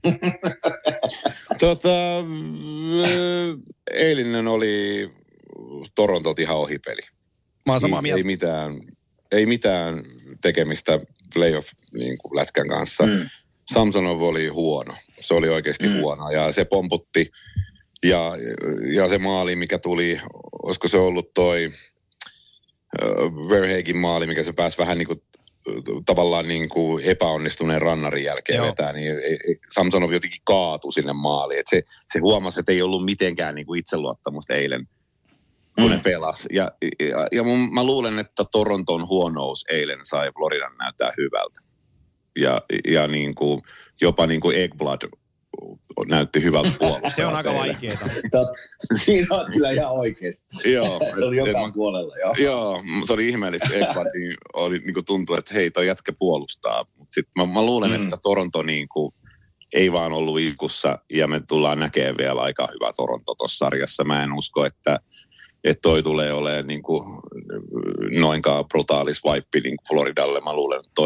Eilinen oli Torontolta ihan ohipeli. Mä oon samaa mieltä. Ei mitään tekemistä playoff-lätkän kanssa. Samsonov oli huono. Se oli oikeasti huono. Ja se pomputti. Ja se maali, mikä tuli, olisiko se ollut toi Verhegin maali, mikä se pääsi vähän niin kuin tavallaan niin kuin epäonnistuneen rannarin jälkeen vetää, niin Samsonov jotenkin kaatui sinne maaliin. Et se huomasi, että ei ollut mitenkään niin kuin itseluottamusta eilen, kun ne pelasi. Ja mä luulen, että Toronton huonous eilen sai Floridan näyttää hyvältä. Ja niin kuin, jopa niin kuin Ekblad näytti hyvältä puolelta. Se on aika vaikeaa. Siinä on kyllä ihan oikeasti. Joo. Se oli joka puolella, joo. Joo, se oli ihmeellistä. Ekblad oli niin kuin tuntui, että hei, toi jätkä puolustaa. Mutta sitten mä luulen, että Toronto niin kuin ei vaan ollut ikussa ja me tullaan näkemään vielä aika hyvä Toronto tuossa sarjassa. Mä en usko, että toi tulee olemaan niin kuin noinkaan brutaalis vaippi niin kuin Floridalle. Mä luulen, että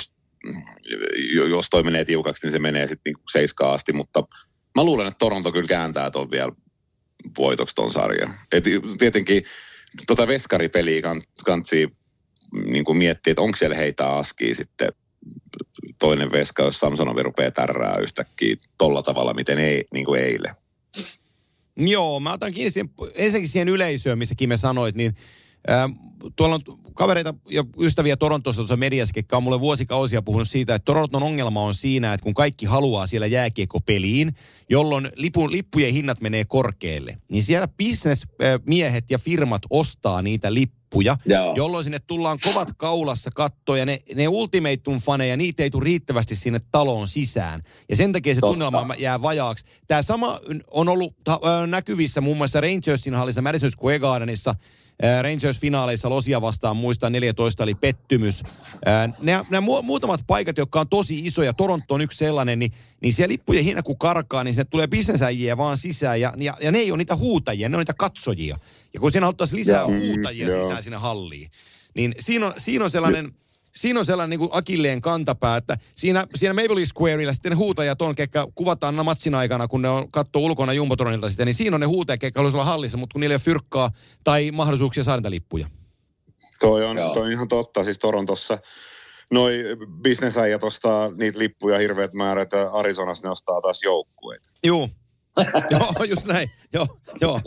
jos toi menee tiukaksi, niin se menee sitten niin 7 asti, mutta mä luulen, että Toronto kyllä kääntää ton vielä voitoksi ton sarjan. Et tietenkin veskaripeliä kantsii niin kuin miettiä, että onko siellä heitä askia sitten toinen veska, jos Samsonovi rupeaa tärrää yhtäkkiä tolla tavalla, miten ei, niin kuin eilen. Joo, mä otan kiinni ensinnäkin siihen yleisöön, missä Kime sanoit, niin tuolla on kavereita ja ystäviä Torontossa tuossa mediassa, ketkä on mulle vuosikausia puhunut siitä, että Toronton ongelma on siinä, että kun kaikki haluaa siellä jääkiekkopeliin, jolloin lippujen hinnat menee korkealle, niin siellä bisnesmiehet ja firmat ostaa niitä lippuja, jolloin sinne tullaan kovat kaulassa kattoon ja ne ultimatum-faneja, niitä ei tule riittävästi sinne taloon sisään. Ja sen takia se tunnelma jää vajaaksi. Tämä sama on ollut näkyvissä muun muassa Rangersin hallissa Madison Square Gardenissa. Rangers-finaaleissa Losia vastaan, muistan 14 oli pettymys. Nämä muutamat paikat, jotka on tosi isoja, Toronto on yksi sellainen, niin siellä lippujen hinta kun karkaa, niin sinne tulee bisnesäjiä vaan sisään ja ne ei ole niitä huutajia, ne on niitä katsojia. Ja kun siinä haluttaisiin lisää huutajia sisään sinne halliin, niin siinä on sellainen niin kuin akilleen kantapää, että siinä Maple Leaf Squareilla sitten ne huutajat on, ketkä kuvataan matsin aikana, kun ne on katsoo ulkona Jumbotronilta sitten, niin siinä on ne huutajat, ketkä haluaisi olla hallissa, mutta kun niillä ei ole fyrkkaa tai mahdollisuuksia saada niitä lippuja. Toi on ihan totta, siis Torontossa noi bisnesäijät ostaa niitä lippuja hirveät määrät, ja Arizonassa ne ostaa taas joukkueita. Joo, just näin. Joo.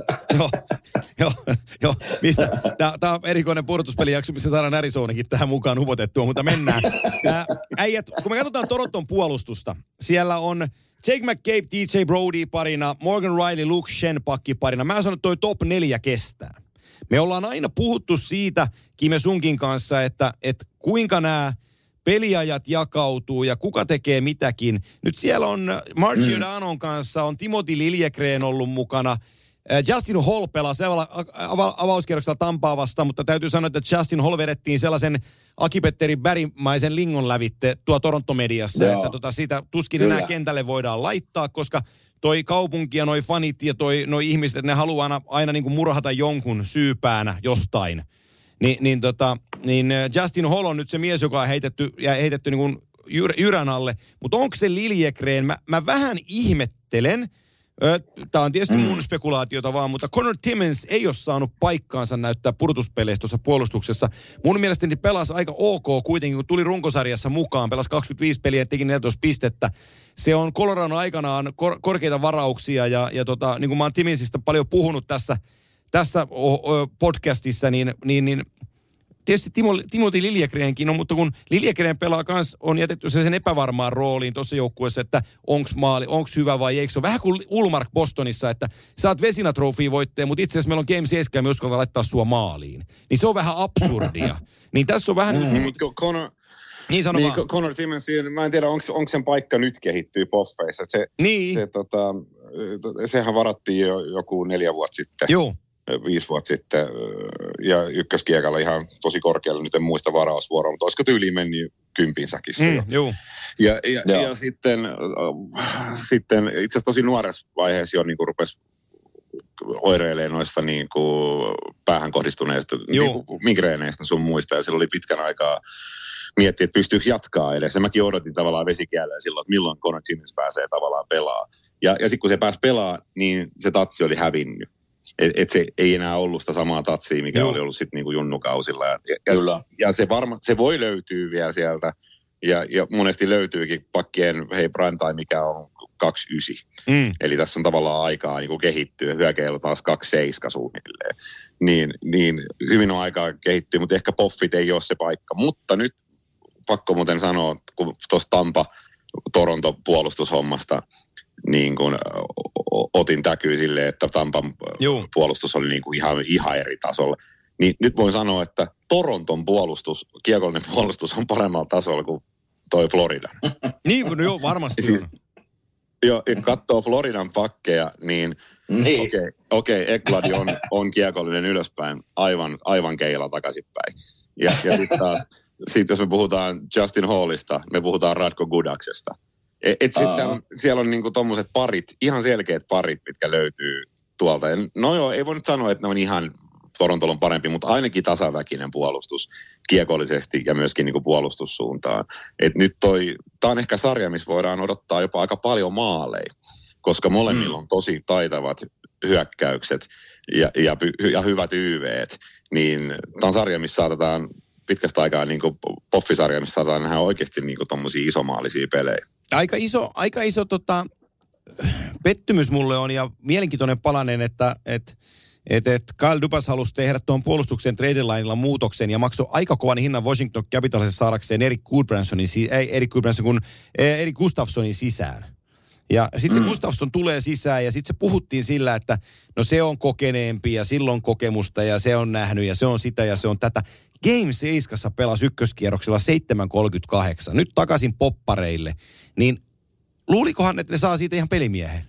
Mistä? Tämä on erikoinen pudotuspelijakso, missä saadaan Arizonakin tähän mukaan upotettua, mutta mennään. Äijät, kun me katsotaan Toronton puolustusta, siellä on Jake McCabe, DJ Brody parina, Morgan Riley, Luke Shen pakki parina. Mä sanon, että toi top 4 kestää. Me ollaan aina puhuttu siitä, Kime sunkin kanssa, että kuinka nämä peliajat jakautuu ja kuka tekee mitäkin. Nyt siellä on Marcio Danon kanssa, on Timothy Liljegren ollut mukana. Justin Hall pelasi avauskierroksella Tampaa vastaan, mutta täytyy sanoa, että Justin Hall vedettiin sellaisen Aki-Petteri Bärimäisen lingon lävitte tuo Toronto-mediassa, että sitä tuskin enää kentälle voidaan laittaa, koska toi kaupunki ja noi fanit ja noi ihmiset, ne haluaa aina niin kuin murhata jonkun syypäänä jostain. Niin Justin Hall on nyt se mies, joka on heitetty niin kuin jyrän alle. Mutta onko se Liljegren? Mä vähän ihmettelen, Tämä on tietysti mun spekulaatiota vaan, mutta Connor Timmins ei ole saanut paikkaansa näyttää pudotuspeleissä tuossa puolustuksessa. Mun mielestäni pelasi aika ok kuitenkin, kun tuli runkosarjassa mukaan. Pelasi 25 peliä ja teki 14 pistettä. Se on Coloradon aikanaan korkeita varauksia ja niin kuin mä oon Timminsistä paljon puhunut tässä podcastissa, niin tietysti Timothy Liljegrenkin on, mutta kun Liljegren pelaa kans, on jätetty sen epävarmaan rooliin tuossa joukkueessa, että onks hyvä vai eikö se ole. Vähän kuin Ullmark Bostonissa, että saat Vezina-trofia voitteen, mutta itse asiassa meillä on Game 7 ja me uskaltaa laittaa sua maaliin. Niin se on vähän absurdia. Niin tässä on vähän... Connor Timmins, mä en tiedä, onko sen paikka nyt kehittyy Poffeissa. Sehän varattiin jo joku 4 vuotta sitten. Joo. 5 vuotta sitten ja ykköskiekalla ihan tosi korkealla, nyt en muista varausvuoroa, mutta olisiko tyyliin mennyt 10 säkissä jo. Joo. Ja sitten itse asiassa tosi nuoressa vaiheessa jo niin kuin rupesi oireilemaan noista niin kuin päähän kohdistuneista niin kuin migreeneistä sun muista, ja sillä oli pitkän aikaa miettiä, että pystyykö jatkaa edes. Ja mäkin odotin tavallaan vesikäällä silloin, että milloin Connor Timmins pääsee tavallaan pelaamaan. Ja sitten kun se pääsi pelaamaan, niin se tatsi oli hävinnyt. Et se ei enää ollut sitä samaa tatsia, mikä oli ollut sitten niinku junnukausilla. Ja se voi löytyä vielä sieltä. Ja monesti löytyykin pakkien prime time, mikä on 2.9. Eli tässä on tavallaan aikaa niinku kehittyä. Hyökeillä taas 2.7 suunnilleen. Niin hyvin on aikaa kehittyä, mutta ehkä Poffit ei ole se paikka. Mutta nyt pakko muuten sanoa, kun tuosta Tampa-Toronto puolustushommasta niin kuin otin täkyy silleen, että Tampan puolustus oli niin kuin ihan eri tasolla. Niin nyt voin sanoa, että Toronton puolustus, kiekollinen puolustus on paremmalla tasolla kuin toi Floridan. Niin, no joo, varmasti siis, joo, katsoo Floridan pakkeja, niin okei, Ekblad on kiekollinen ylöspäin, aivan keila takaisinpäin. Ja sitten taas, jos me puhutaan Justin Hallista, me puhutaan Radko Gudaksesta. Sitten siellä on niinku tommoset parit, ihan selkeät parit, mitkä löytyy tuolta. Ja no joo, ei voi nyt sanoa, että ne on ihan Torontolla on parempi, mutta ainakin tasaväkinen puolustus kiekollisesti ja myöskin niinku puolustussuuntaan. Et nyt tää on ehkä sarja, missä voidaan odottaa jopa aika paljon maaleja, koska molemmilla on tosi taitavat hyökkäykset ja hyvät YV:t. Niin tää on sarja, missä saatetaan pitkästä aikaa niinku Poffisarja, missä saatetaan nähdä oikeasti niinku tommosia isomaalisia pelejä. Aika iso pettymys mulle on ja mielenkiintoinen palanen, että Kyle Dubas halusi tehdä tuon puolustuksen trade lineilla muutoksen ja maksoi aika kovan hinnan Washington Capitalsissa saadakseen Erik Gustafssonin sisään. Ja sitten se Gustafsson tulee sisään ja sitten se puhuttiin sillä, että no se on kokeneempi ja silloin kokemusta ja se on nähnyt ja se on sitä ja se on tätä. Game 7 pelasi ykköskierroksella 7.38. Nyt takaisin poppareille. Niin luulikohan, että ne saa siitä ihan pelimiehen?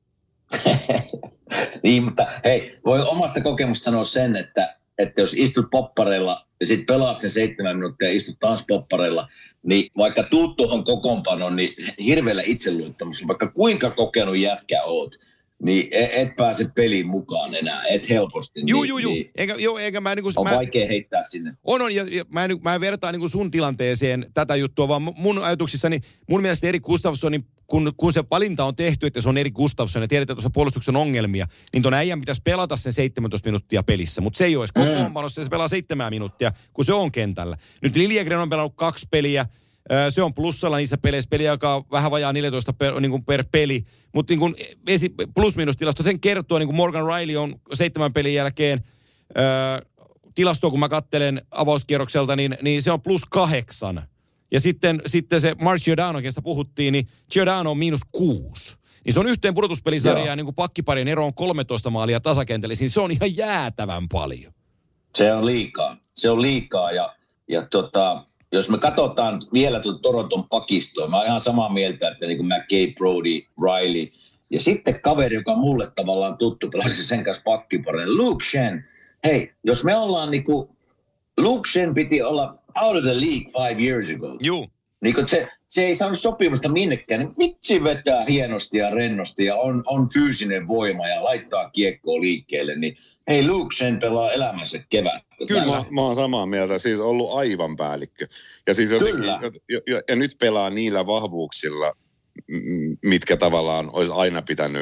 Niin, mutta hei, voi omasta kokemusta sanoa sen, että jos istut poppareilla ja sitten pelaat sen 7 minuuttia ja istut taas poppareilla, niin vaikka tuut tuohon kokoonpanoon, niin hirveällä itseluottamuksella, vaikka kuinka kokenut jätkä oot, niin et pääse peliin mukaan enää, et helposti. Joo. Niin, Eikä mä niinku... On vaikea heittää sinne. On, ja mä en vertaa niinku sun tilanteeseen tätä juttua, vaan mun ajatuksissani, mun mielestä Erik Gustafssonin, kun se valinta on tehty, että se on Erik Gustafsson ja tiedetään, että tuossa puolustuksen ongelmia, niin ton äijän pitäisi pelata sen 17 minuuttia pelissä, mutta se ei olisi kokoonpanossa, se pelaa 7 minuuttia, kun se on kentällä. Nyt Liljegren on pelannut 2 peliä, se on plussalla niissä peleissä, peli joka vähän vajaa 14 per peli, mutta niin plus-minus-tilasto, sen kertoo, niin kuin Morgan Riley on 7 pelin jälkeen, tilastoa kun mä katselen avauskierrokselta, niin se on +8. Ja sitten se Mark Giordano, kestä puhuttiin, niin Giordano on -6. Niin se on yhteen pudotuspelisarjaan niin kuin pakkiparien ero on 13 maalia tasakentällä, niin se on ihan jäätävän paljon. Se on liikaa ja jos me katsotaan vielä tuon Toronton pakistoa, mä oon ihan samaa mieltä, että niin kuin McKay, Brody, Riley ja sitten kaveri, joka on mulle tavallaan tuttu, pelasi sen kanssa pakkipareen, Luke Shen. Hei, jos me ollaan niinku, Luke Shen piti olla out of the league 5 years ago. Juu. Niin se ei saanut sopimusta minnekään, niin vitsi vetää hienosti ja rennosti ja on fyysinen voima ja laittaa kiekkoa liikkeelle, niin hei, Luke Shen pelaa elämänsä kevättä. Kyllä, mä oon samaa mieltä. Siis ollut aivan päällikkö. Ja siis jotenkin, ja nyt pelaa niillä vahvuuksilla, mitkä tavallaan olisi aina pitänyt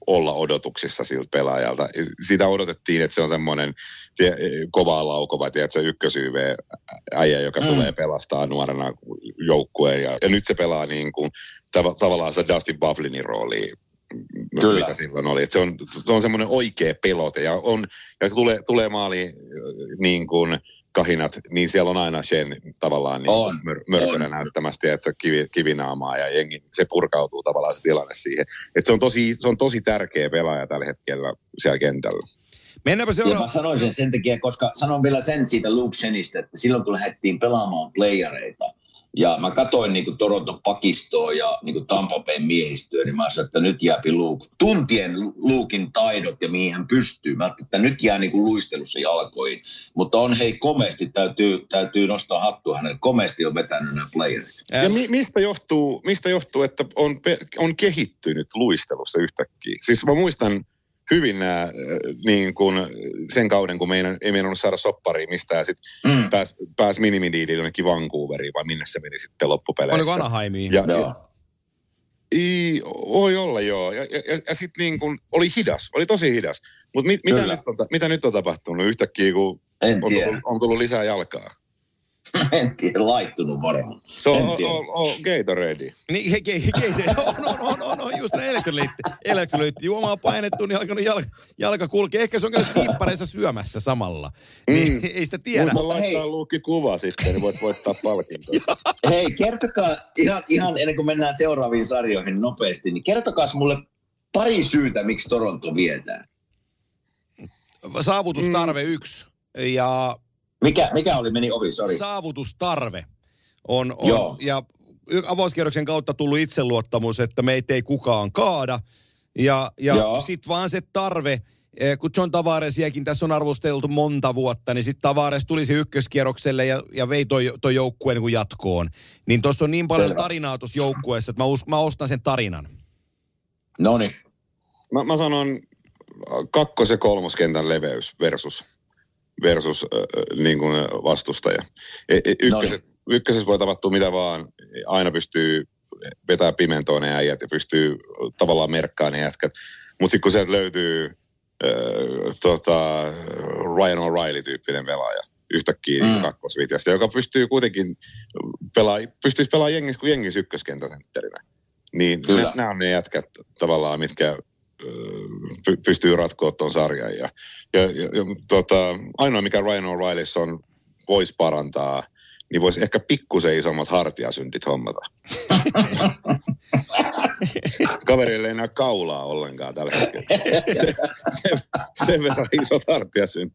olla odotuksissa siltä pelaajalta. Sitä odotettiin, että se on semmoinen kovaa laukova, tiedätkö, ykkösYV-äijä, joka tulee pelastaa nuorena joukkueen. Ja nyt se pelaa niin kuin tavallaan se Dustin Bufflinin rooliin, mitä silloin oli. Että se on semmoinen oikea pelote ja tulee maaliin niin kuin kahinat, niin siellä on aina Shen tavallaan niin mörkönä näyttämästä, että se kivinaamaa ja jengi, se purkautuu tavallaan se tilanne siihen. Että se on tosi tärkeä pelaaja tällä hetkellä siellä kentällä. Mennäänpä seuraavaan. Ja mä sanoin sen takia, koska sanon vielä sen siitä Luke Shenistä, että silloin kun lähdettiin pelaamaan playereita, ja mä katsoin niin kuin Toronton pakistoa ja niin kuin Tampa Bayn miehistöä, niin mä sanoin, että nyt jääpi Luke. Tuntien Luken taidot ja mihin hän pystyy. Mä ajattelin, että nyt jää niin kuin luistelussa jalkoihin. Mutta on komeasti, täytyy nostaa hattua hänelle. Komeasti on vetänyt nämä playerit. Ja mistä johtuu, että on kehittynyt luistelussa yhtäkkiä? Siis mä muistan hyvin nämä, niin kuin sen kauden, kun ei meinannut saada soppariin mistään, ja sitten pääsi minimidiiliin jonnekin Vancouveriin, vai minne se meni sitten loppupeleissä. Oliko Anaheimiin? Voi olla, joo. Ja sitten niin kuin oli tosi hidas. Mutta mitä nyt on tapahtunut yhtäkkiä, kun on tullut lisää jalkaa? En tiedä, laittunut varmaan. Se on Gatorade. Niin, on just näin elektrolyytti. Juomaa painettu, niin alkanut jalka kulkea. Ehkä se on käynyt siippareissa syömässä samalla. Niin ei sitä tiedä. Mutta laittaa Luukki kuva sitten, niin voit voittaa palkintoa. Hei, kertokaa ihan ennen kuin mennään seuraaviin sarjoihin nopeasti, niin kertokaa mulle pari syytä, miksi Toronto vietään. Saavutustarve 1 ja... Mikä oli, meni ohi, sori. Saavutustarve on ja avauskierroksen kautta tullut itseluottamus, että meitä ei kukaan kaada. Ja sitten vaan se tarve, kun John Tavaresiakin tässä on arvosteltu monta vuotta, niin sitten Tavares tulisi ykköskierrokselle ja vei toi joukkueen niin jatkoon. Niin tuossa on niin paljon tarinaa tuossa joukkueessa, että mä ostan sen tarinan. Noniin. Mä sanon 2. ja 3. kentän leveys versus niin kuin vastustaja. Ykkösessä voi tapahtua mitä vaan. Aina pystyy vetää pimentoon ne äijät ja pystyy tavallaan merkkaamaan ne jätkät. Mutta sitten kun sieltä löytyy Ryan O'Reilly-tyyppinen pelaaja yhtäkkiä kakkosvitjasta, joka pystyy kuitenkin pystyisi pelaamaan jengissä kuin jengissä ykköskentäsentterinä. Niin nämä on ne jätkät tavallaan, mitkä pystyy ratkoa tuon sarjan. Ja ainoa, mikä Ryan O'Reillyssa voisi parantaa, niin voisi ehkä pikkusen isommat hartiasyndit hommata. Kaverille ei näy kaulaa ollenkaan tällä hetkellä. Sen verran isot hartiasyndit.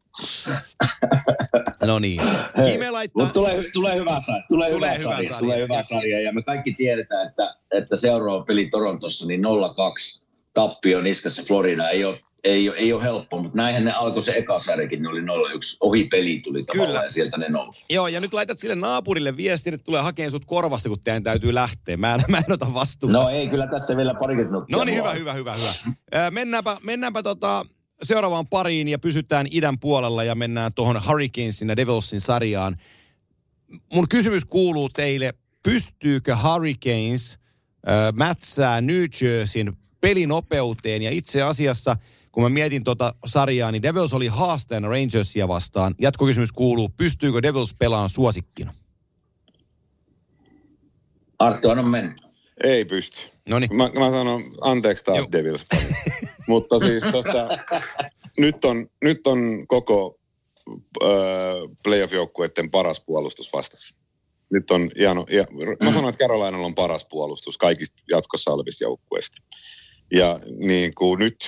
No niin. Kime laittaa... Tulee hyvä sarja. Ja me kaikki tiedetään, että seuraava peli Torontossa, niin 0-2 tappio niskassa Florida ei ole helppo, mutta näinhän ne alkoi se eka sarjakin, ne oli 0-1. Ohi peli tuli tavallaan ja sieltä ne nousi. Joo, ja nyt laitat sille naapurille viestin, että tulee hakemaan sut korvasta, kun teidän täytyy lähteä. Mä en ota vastuuta. No ei, kyllä tässä vielä parikin nukkia. No niin, hyvä. Mennäänpä seuraavaan pariin ja pysytään idän puolella ja mennään tuohon Hurricanesin ja Devilsin sarjaan. Mun kysymys kuuluu teille, pystyykö Hurricanes mätsää New Jerseyn pelinopeuteen, ja itse asiassa, kun mä mietin tuota sarjaa, niin Devils oli haastajana Rangersia vastaan. Jatkokysymys kuuluu, pystyykö Devils pelaamaan suosikkina? Arttu, anna mennä. Ei pysty. Noniin. Mä sanon anteeksi taas Devils. Mutta siis nyt on koko playoff-joukkueiden paras puolustus vastassa. Nyt on mä sanon, että Carolinalla on paras puolustus kaikista jatkossa olevista joukkueista. Ja niin kuin nyt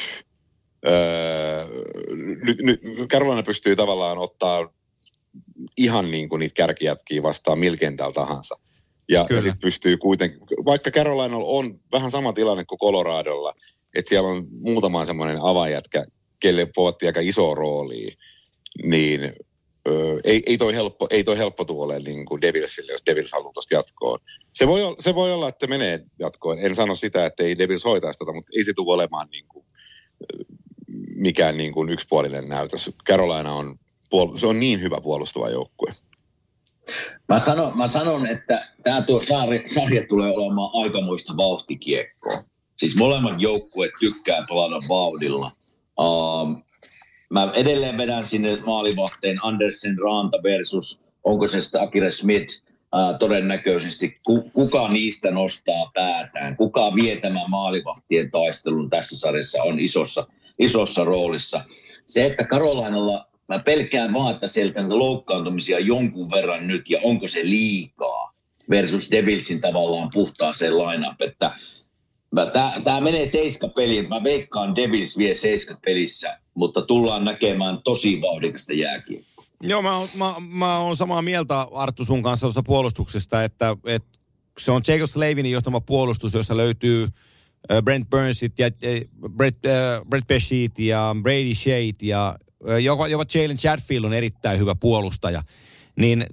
Carolina pystyy tavallaan ottaa ihan niin kuin niitä kärkijätkiä vastaan millä kentällä tahansa. Ja sitten pystyy kuitenkin, vaikka Carolinalla on vähän sama tilanne kuin Coloradolla, että siellä on muutama semmoinen avainjätkä, kelle povatti aika iso roolia, niin ei toi helppo tuolle niin kuin Devilsille, jos Devils haluaa tuosta jatkoon. Se voi olla, että menee jatkoon. En sano sitä, että ei Devils hoitaisi tota, mutta ei se tule olemaan niin kuin, mikään niin kuin yksipuolinen näytös. Carolina se on niin hyvä puolustava joukkue. Mä sanon, että tämä sarja tulee olemaan aikamoista vauhtikiekkoa. Siis molemmat joukkueet tykkää pelata vauhdilla. Mä edelleen vedän sinne maalivahteen Andersen Ranta versus, onko se sitten Akira Smith, todennäköisesti. Kuka niistä nostaa päätään? Kuka vie tämän maalivahtien taistelun tässä sarjassa on isossa roolissa. Se, että Carolinalla, mä pelkään vaan, että sieltä loukkaantumisia jonkun verran nyt, ja onko se liikaa versus Devilsin tavallaan puhtaaseen line-up, että tämä menee 7 peliä. Mä veikkaan Devils vie 7 pelissä, mutta tullaan näkemään tosi vauhdikasta jääkiekkoa. Joo, mä oon samaa mieltä Arttu sun kanssa tuosta puolustuksesta, että se on Jacobs Slavinin johtama puolustus, jossa löytyy Brent Burnsit ja Brett Pesheet ja Brady Shade ja jopa Jalen Chatfield on erittäin hyvä puolustaja. Niin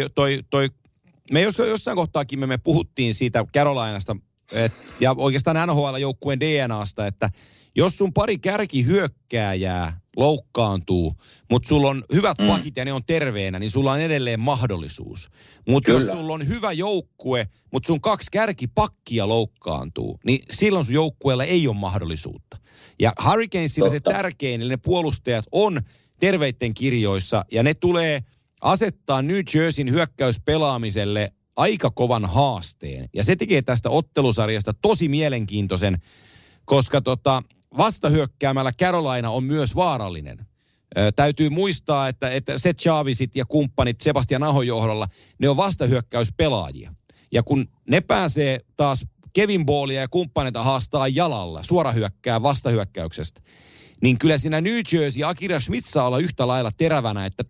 me jossain kohtaakin me puhuttiin siitä Carolinasta ja oikeastaan NHL-joukkueen DNAsta, että jos sun pari kärkihyökkääjää loukkaantuu, mutta sulla on hyvät pakit ja ne on terveenä, niin sulla on edelleen mahdollisuus. Mutta jos sulla on hyvä joukkue, mutta sun 2 kärkipakkia loukkaantuu, niin silloin sun joukkueella ei ole mahdollisuutta. Ja Hurricanesilla se tärkein, eli ne puolustajat on terveitten kirjoissa, ja ne tulee asettaa New Jerseyn hyökkäyspelaamiselle aika kovan haasteen. Ja se tekee tästä ottelusarjasta tosi mielenkiintoisen, koska vastahyökkäämällä Carolina on myös vaarallinen. Täytyy muistaa, että Seth Chavisit ja kumppanit Sebastian Ahon johdolla, ne on vastahyökkäyspelaajia. Ja kun ne pääsee taas Kevin Ballia ja kumppaneita haastaa jalalla, suorahyökkää vastahyökkäyksestä, niin kyllä siinä New Jersey ja Akira Schmidt saa olla yhtä lailla terävänä, että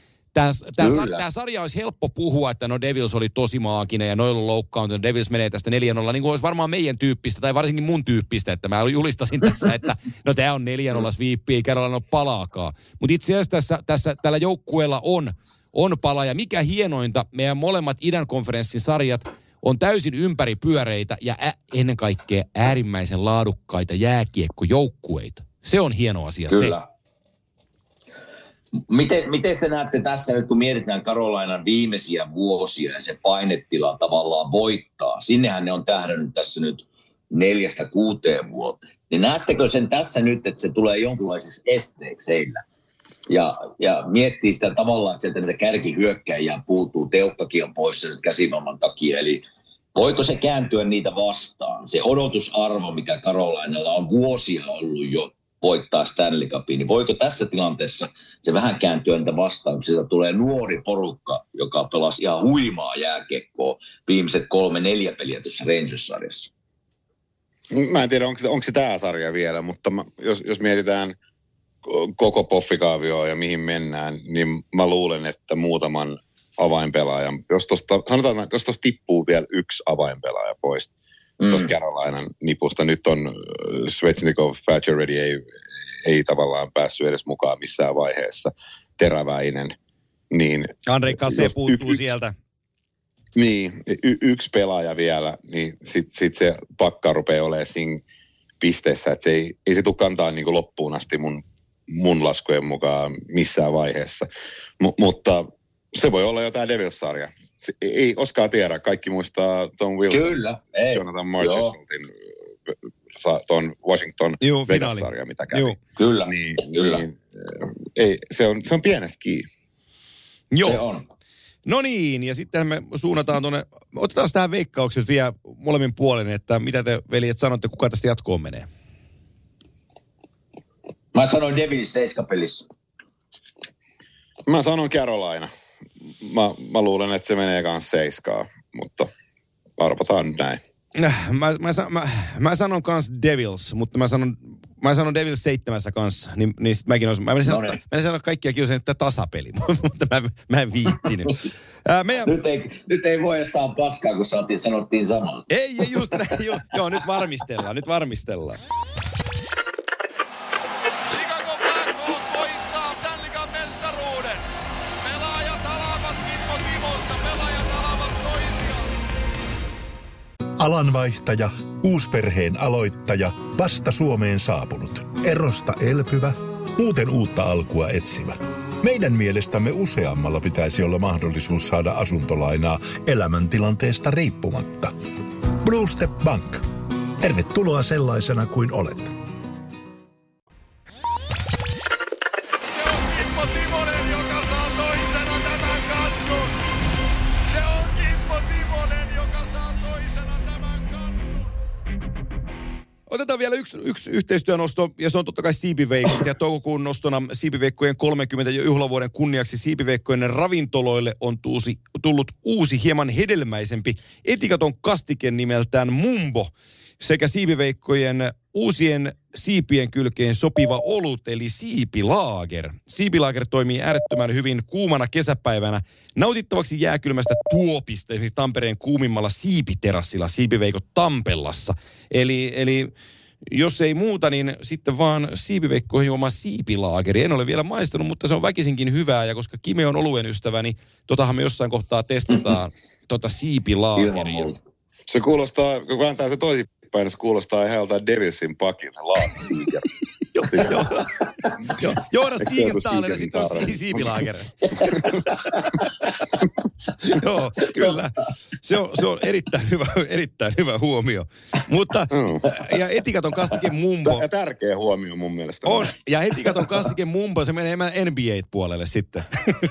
Tämä sarja olisi helppo puhua, että no Devils oli tosi maaginen ja noilla on loukkaantunut. Devils menee tästä 4-0, niin kuin olisi varmaan meidän tyyppistä tai varsinkin mun tyyppistä, että mä julistasin tässä, että no tämä on 4-0 sweepi, ei Carolina ole palaakaan. Mutta itse asiassa tällä joukkueella on pala ja mikä hienointa, meidän molemmat idän konferenssin sarjat on täysin ympäripyöreitä ja ennen kaikkea äärimmäisen laadukkaita jääkiekkojoukkueita. Se on hieno asia. Kyllä. Se. Miten te näette tässä nyt, kun mietitään Carolinan viimeisiä vuosia ja se painetila tavallaan voittaa? Sinnehän ne on tähdännyt tässä nyt 4-6 vuoteen. Niin näettekö sen tässä nyt, että se tulee jonkunlaiseksi esteeksi heillä? Ja miettii sitä tavallaan, että sieltä niitä kärkihyökkäjiä puuttuu. Teukkakin on poissa nyt käsivamman takia. Eli voiko se kääntyä niitä vastaan? Se odotusarvo, mikä Carolinalla on vuosia ollut jo voittaa Stanley Cupin, niin voiko tässä tilanteessa se vähän kääntyä niitä vastaan, kun siitä tulee nuori porukka, joka pelasi ihan huimaa jääkiekkoa viimeiset 3-4 peliä tuossa Rangers-sarjassa? Mä en tiedä, onko se tämä sarja vielä, mutta jos mietitään koko poffikaavioa ja mihin mennään, niin mä luulen, että muutaman avainpelaajan, jos tuosta tippuu vielä 1 avainpelaaja pois, tuosta Carolinan nipusta. Nyt on Svechnikov, Fatcher-Ready ei tavallaan päässyt edes mukaan missään vaiheessa. Teräväinen. Niin, Andrei Kase puuttuu sieltä. Niin, 1 pelaaja vielä, niin sit se pakka rupeaa olemaan siinä pisteessä, että se ei se tule kantaa niin kuin loppuun asti mun laskujen mukaan missään vaiheessa. Mutta se voi olla jotain Devils-sarja. Ei koskaan tiedä. Kaikki muistaa Tom Wilson, kyllä, Jonathan Marchessaultin tuon Washington Vegas-sarja, mitä kävi. Joo. Kyllä, kyllä. Se on pienestä kiinni. Joo. Se on. No niin, ja sitten me suunnataan tuonne, otetaan tähän veikkaukset vielä molemmin puolin, että mitä te veljet sanotte, kuka tästä jatkoon menee? Mä sanoin Devils 7 pelissä. Mä sanon Carolina. Mä luulen, että se menee kanssa 7, mutta arvotaan nyt näin. Mä sanon kanssa Devils, mutta mä sanon Devils 7 kanssa. Niin mäkin olisin. Mä menen sanoa kaikkia kiusin, että tasapeli, mutta mä en viittinyt. Nyt ei voi saa paskaa, kun sanottiin samaa. Ei, just näin. Joo, nyt varmistellaan. Chicago Blackhawks voittaa Stanley Cup -mestaruuden. Pelaajat alavat Kimmo Timosta, pelaajat alavat toisiaan. Alanvaihtaja, uusperheen aloittaja, vasta Suomeen saapunut, erosta elpyvä, muuten uutta alkua etsimä. Meidän mielestämme useammalla pitäisi olla mahdollisuus saada asuntolainaa elämäntilanteesta riippumatta. Blue Step Bank. Tervetuloa sellaisena kuin olet. Se on Kimmo Timonen, joka saa toisena tämän kannun. Se on Kimmo Timonen, joka saa toisena tämän kannun. Otetaan vielä yksi yhteistyönosto, ja se on totta kai Siipiveikot. Ja toukokuun nostona Siipiveikkojen 30 juhlavuoden kunniaksi Siipiveikkojen ravintoloille on tullut uusi, hieman hedelmäisempi etikaton kastike nimeltään Mumbo. Sekä Siipiveikkojen uusien siipien kylkeen sopiva olut, eli Siipilaager. Siipilaager toimii äärettömän hyvin kuumana kesäpäivänä nautittavaksi jääkylmästä tuopista, esimerkiksi Tampereen kuumimmalla siipiterassilla Siipiveikot Tampellassa. Eli jos ei muuta, niin sitten vaan Siipiveikkoihin juomaan Siipilaageri. En ole vielä maistanut, mutta se on väkisinkin hyvää, ja koska Kime on oluen ystävä, niin totahan me jossain kohtaa testataan Siipilaageria. Se kuulostaa, kun kääntää se toisinpäin, se kuulostaa ihan joltain Devilsin pakin, se Laagsiiger. Joo, Joona Siegenthaler ja sitten on Siipilaager. Joo, kyllä. Se on erittäin hyvä huomio. Mutta, ja etikaton kastike Mumbo. Ja tärkeä huomio mun mielestä. On, ja etikaton kastike Mumbo, se menee NBA-puolelle sitten.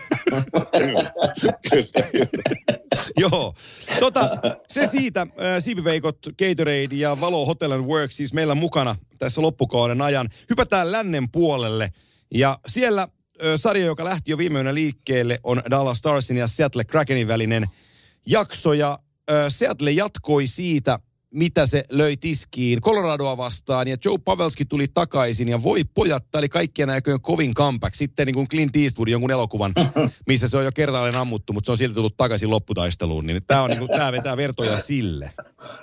Joo, se siitä, Siipiveikot, Gatorade ja Valo Hotel & Works siis meillä mukana tässä loppukauden ajan. Hypätään lännen puolelle, ja siellä sarja, joka lähti jo viime yönä liikkeelle, on Dallas Starsin ja Seattle Krakenin välinen jakso, ja Seattle jatkoi siitä, mitä se löi tiskiin Coloradoa vastaan, ja Joe Pavelski tuli takaisin, ja voi pojat, tämä oli kaikkien aikojen kovin comeback, sitten niin kuin Clint Eastwood jonkun elokuvan, missä se on jo kertaalleen ammuttu, mutta se on silti tullut takaisin lopputaisteluun, niin tämä on niin kuin, tämä vetää vertoja sille.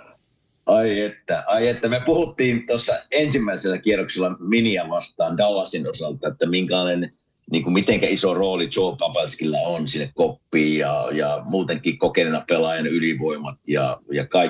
Ai että. Me puhuttiin tuossa ensimmäisellä kierroksella Minia vastaan Dallasin osalta, että minkälainen, niin kuin mitenkä iso rooli Joe Pavelskilla on sinne koppiin ja muutenkin kokeneena pelaajan ylivoimat ja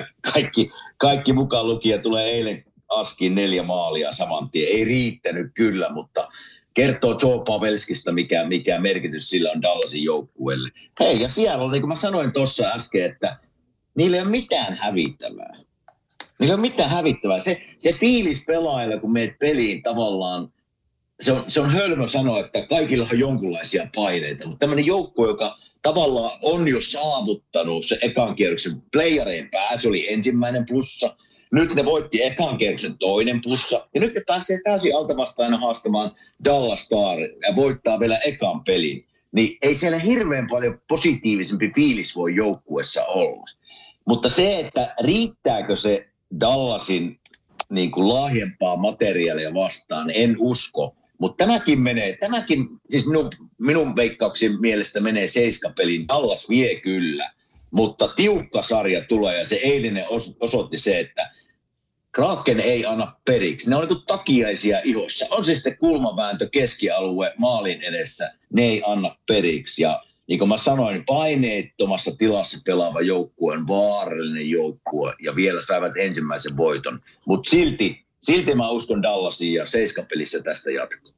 kaikki mukaan lukien tulee eilen Askiin 4 maalia saman tien. Ei riittänyt kyllä, mutta kertoo Joe Pavelskista, mikä merkitys sillä on Dallasin joukkueelle. Hei, ja siellä on, niin kuin mä sanoin tuossa äsken, että niillä ei ole mitään hävittävää. Niillä ei ole mitään hävittävää. Se fiilis pelaajilla, kun meet peliin tavallaan, se on hölmö sanoa, että kaikilla on jonkunlaisia paineita, mutta tämmöinen joukkue, joka tavallaan on jo saavuttanut se ekan kierroksen playereen pääsy, oli ensimmäinen plussa. Nyt ne voitti ekan kierroksen toinen plussa. Ja nyt ne pääsee täysin altavastaina haastamaan Dallas Star ja voittaa vielä ekan pelin. Niin ei siellä hirveän paljon positiivisempi fiilis voi joukkuessa olla. Mutta se, että riittääkö se Dallasin niin kuin laajempaa materiaalia vastaan, en usko. Mutta tämäkin siis minun veikkauksien mielestä menee 7-peliin. Dallas vie kyllä, mutta tiukka sarja tulee ja se eilinen osoitti se, että Kraken ei anna periksi. Ne on niin kuin takiaisia ihossa. On se sitten kulmavääntö, keskialue, maalin edessä. Ne ei anna periksi. Ja niin kuin mä sanoin, paineettomassa tilassa pelaava joukkue on vaarallinen joukkue ja vielä saivat ensimmäisen voiton. Mutta silti mä uskon Dallasiin ja 7-pelissä tästä jatkuu.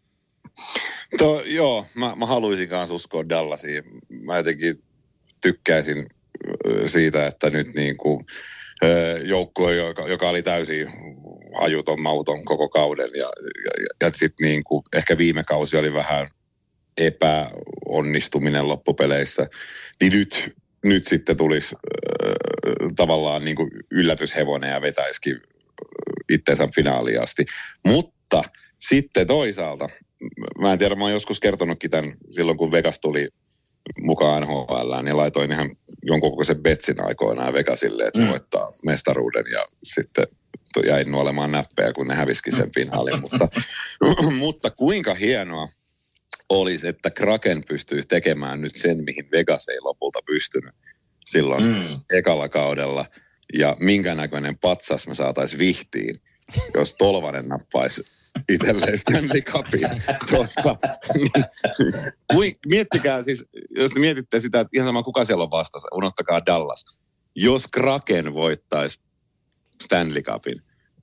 Joo, mä haluaisin kanssa uskoa Dallasiin. Mä jotenkin tykkäisin siitä, että nyt niin kuin joukkue, joka oli täysin hajuton, mauton koko kauden ja sitten niin kuin ehkä viime kausi oli vähän epäonnistuminen loppupeleissä, niin nyt sitten tulisi tavallaan niin kuin yllätyshevonen ja vetäisikin itseensä finaaliin asti. Mutta sitten toisaalta, mä en tiedä, mä oon joskus kertonutkin tämän silloin, kun Vegas tuli mukaan NHL:ään, niin laitoin ihan jonkun kokoisen betsin aikoinaan Vegasille, että voittaa mestaruuden ja sitten jäin nuolemaan näppejä, kun ne hävisikin sen finaalin. Mutta kuinka hienoa olisi, että Kraken pystyisi tekemään nyt sen, mihin Vegas ei lopulta pystynyt silloin ekalla kaudella. Ja minkä näköinen patsas me saataisiin Vihtiin, jos Tolvanen nappaisi itselleen Stanley Cupin tuosta. Miettikää siis, jos te mietitte sitä, että ihan sama kuka siellä on vastassa, unohtakaa Dallas. Jos Kraken voittaisi Stanley Cupin,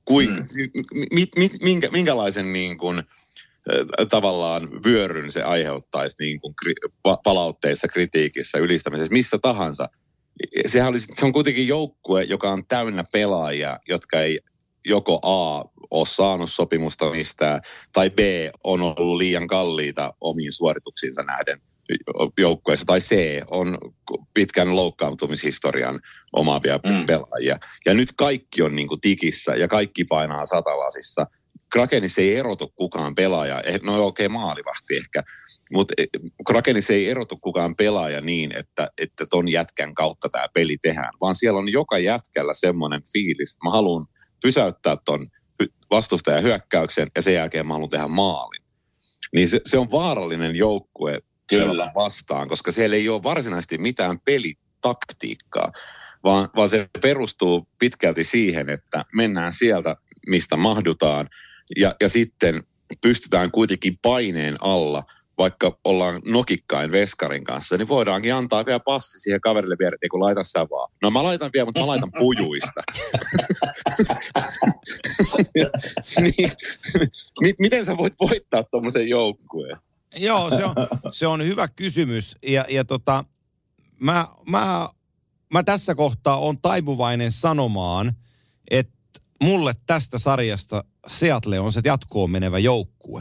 minkälaisen niin kuin, tavallaan vyöryn se aiheuttaisi niin kuin palautteissa, kritiikissä, ylistämisessä, missä tahansa se on kuitenkin joukkue, joka on täynnä pelaajia, jotka ei joko A ole saanut sopimusta mistään, tai B on ollut liian kalliita omiin suorituksiinsa nähden joukkueessa, tai C on pitkän loukkaantumishistorian omaavia pelaajia. Ja nyt kaikki on niin kuin tikissä ja kaikki painaa satalasissa. Krakenissa ei erotu kukaan pelaaja, no okei, maalivahti ehkä, mutta Krakenissa ei erotu kukaan pelaaja niin, että ton jätkän kautta tämä peli tehdään, vaan siellä on joka jätkällä semmoinen fiilis, että mä haluan pysäyttää ton vastustajan hyökkäyksen ja sen jälkeen mä haluan tehdä maalin. Niin se on vaarallinen joukkue kyllä vastaan, koska siellä ei ole varsinaisesti mitään pelitaktiikkaa, vaan se perustuu pitkälti siihen, että mennään sieltä, mistä mahdutaan, ja sitten pystytään kuitenkin paineen alla, vaikka ollaan nokikkain veskarin kanssa, niin voidaankin antaa vielä passi siihen kaverille viereen, kun laita sä vaan. No mä laitan vielä, mutta mä laitan pujuista. niin, miten sä voit voittaa tuommoisen joukkueen? Joo, se on hyvä kysymys. Ja mä tässä kohtaa on taipuvainen sanomaan, että mulle tästä sarjasta Seattle on se jatkoon menevä joukkue.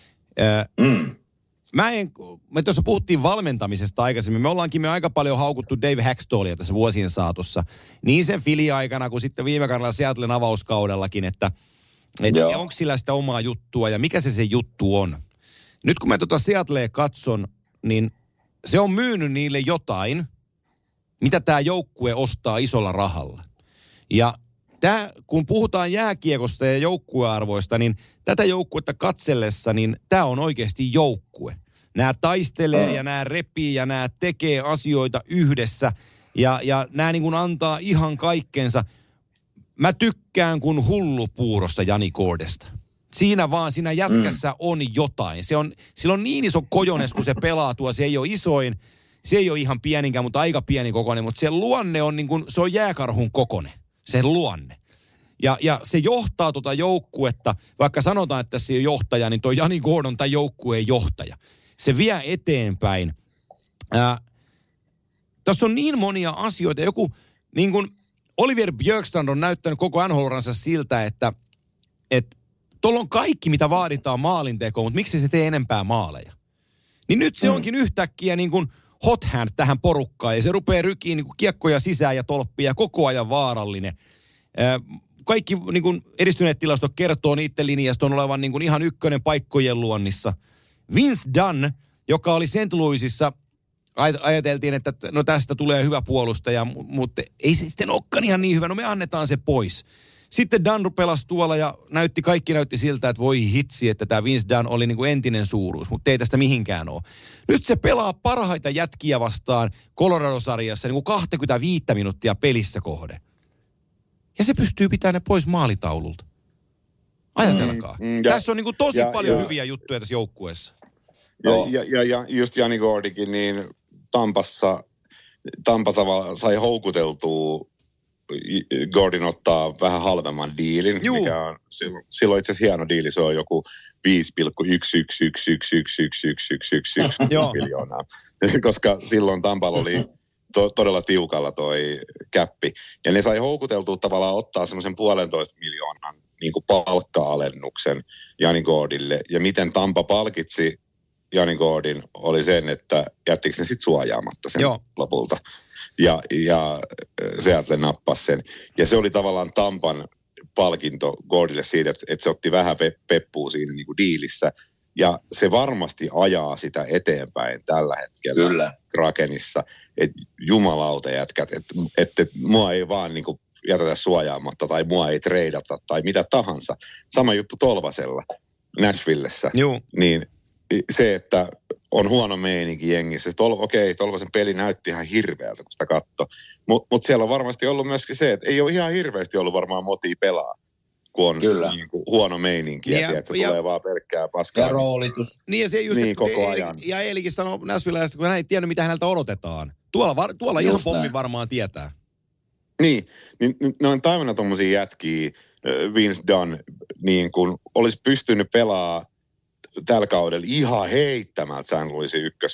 Me tuossa puhuttiin valmentamisesta aikaisemmin. Me ollaankin aika paljon haukuttu Dave Hackstallia tässä vuosien saatossa. Niin sen Philly-aikana kuin sitten viime kaudella Seattlen avauskaudellakin, että onko sillä sitä omaa juttua ja mikä se juttu on. Nyt kun mä Seattlea katson, niin se on myynyt niille jotain, mitä tämä joukkue ostaa isolla rahalla. Ja kun puhutaan jääkiekosta ja joukkuearvoista, niin tätä joukkuetta katsellessa, niin tämä on oikeasti joukkue. Nämä taistelee ja nämä repii ja nämä tekee asioita yhdessä ja nämä niin kuin antaa ihan kaikkensa. Mä tykkään kuin hullupuurosta Jani Gordesta. Siinä jätkässä on jotain. Sillä on niin iso kojones, kun se pelaa tuo. Se ei ole isoin, se ei ole ihan pieninkään, mutta aika pieni kokoinen. Mutta se luonne on niin kuin, se on jääkarhun kokoinen. Sen luonne. Ja se johtaa joukkuetta, vaikka sanotaan, että se ei ole johtaja, niin toi Jani Gordon tai joukkueen johtaja. Se vie eteenpäin. Tässä on niin monia asioita. Joku, niin kuin Oliver Björkstrand on näyttänyt koko NHL-ransa siltä, että tuolla on kaikki, mitä vaaditaan maalintekoon, mutta miksi se tee enempää maaleja? Niin nyt se onkin yhtäkkiä niin kuin hot hand tähän porukkaan ja se rupeaa rykiin niin kuin kiekkoja sisään ja tolppia ja koko ajan vaarallinen. Kaikki niin kuin edistyneet tilastot kertoo niiden linjaston olevan niin kuin ihan ykkönen paikkojen luonnissa. Vince Dunn, joka oli St. Louisissa, ajateltiin, että no tästä tulee hyvä puolustaja, mutta ei se sitten olekaan ihan niin hyvä. No me annetaan se pois. Sitten Dunn pelasi tuolla ja kaikki näytti siltä, että voi hitsi, että tämä Vince Dunn oli niin kuin entinen suuruus, mutta ei tästä mihinkään ole. Nyt se pelaa parhaita jätkiä vastaan Colorado-sarjassa niin kuin 25 minuuttia pelissä kohde. Ja se pystyy pitämään ne pois maalitaululta. Ajatelkaa. Tässä on niin kuin tosi paljon hyviä juttuja tässä joukkueessa. Ja just Jani Gordikin, niin Tampa sai houkuteltua Gordon ottaa vähän halvemman diilin, mikä on silloin itse asiassa hieno diili, se on joku 5,111111111 miljoonaa, koska silloin Tampalla oli todella tiukalla toi käppi. Ja ne sai houkuteltua tavallaan ottaa semmoisen 1,5 miljoonan niin kuin palkka-alennuksen Jani Gordille. Ja miten Tampa palkitsi Jani Gordon oli sen, että jättikö ne sitten suojaamatta sen lopulta. Ja Seattle nappasi sen. Ja se oli tavallaan Tampan palkinto Gordille siitä, että se otti vähän peppua siinä niin kuin diilissä. Ja se varmasti ajaa sitä eteenpäin tällä hetkellä kyllä Krakenissa. Että jumalauta jätkät, että mua ei vaan niin kuin jätetä suojaamatta tai mua ei treidata tai mitä tahansa. Sama juttu Tolvasella Nashvillessä. Niin se, että on huono meininki jengissä. Tolvasen peli näytti ihan hirveältä, kun sitä katsoi. Mutta siellä on varmasti ollut myöskin se, että ei ole ihan hirveästi ollut varmaan motia pelaa, kun on niin kuin huono meininki. Ja että se tulee vaan pelkkää paskaa. Ja roolitus. Niin ja se just, niin, koko ajan. Ja Eelikin sanoi Nashvillestä, kun hän ei tiennyt, mitä häneltä odotetaan. Tuolla ihan pommin varmaan tietää. Niin ne on taimena tommosia jätkiä, Vince Dunn, niin kun olisi pystynyt pelaamaan tällä kaudella ihan heittämältä St. Louisin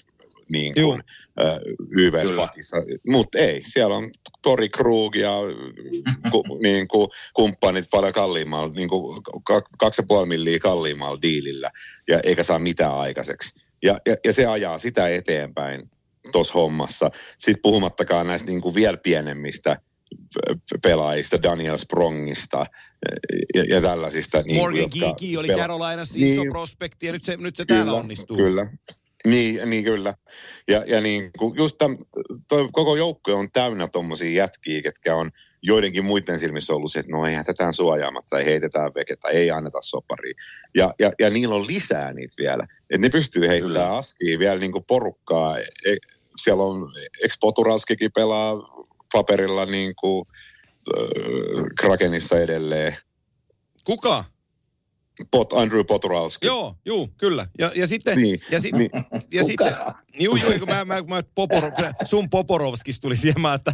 niin kuin YV-spakissa. Mutta ei, siellä on Tori Krug ja niin kuin kumppanit paljon kalliimmalla, niin kuin 2,5 milliä kalliimmalla diilillä, ja eikä saa mitään aikaiseksi. Ja se ajaa sitä eteenpäin tuossa hommassa. Sitten puhumattakaan näistä niin kuin vielä pienemmistä pelaajista, Daniel Sprongista ja tällaisista. Morgan Geekie oli Carolinassa iso prospekti ja nyt se täällä onnistuu. Kyllä. Niin kyllä. Ja niin kuin just toi koko joukko on täynnä tommosia jätkiä, ketkä on joidenkin muiden silmissä ollut se, että no eihän tätä suojaamatta, tai heitetään veke, tai ei anneta soparia. Ja niillä on lisää niitä vielä. Että ne pystyy heittämään askia vielä niin kuin porukkaa. Siellä on Poturalskikin pelaa paperilla niin kuin Krakenissa edelleen. Kuka? Andrew Poturalski. Joo, kyllä. Ja sitten... Niin. Ja sitten... kun sun Poporovskis tuli siellä, että...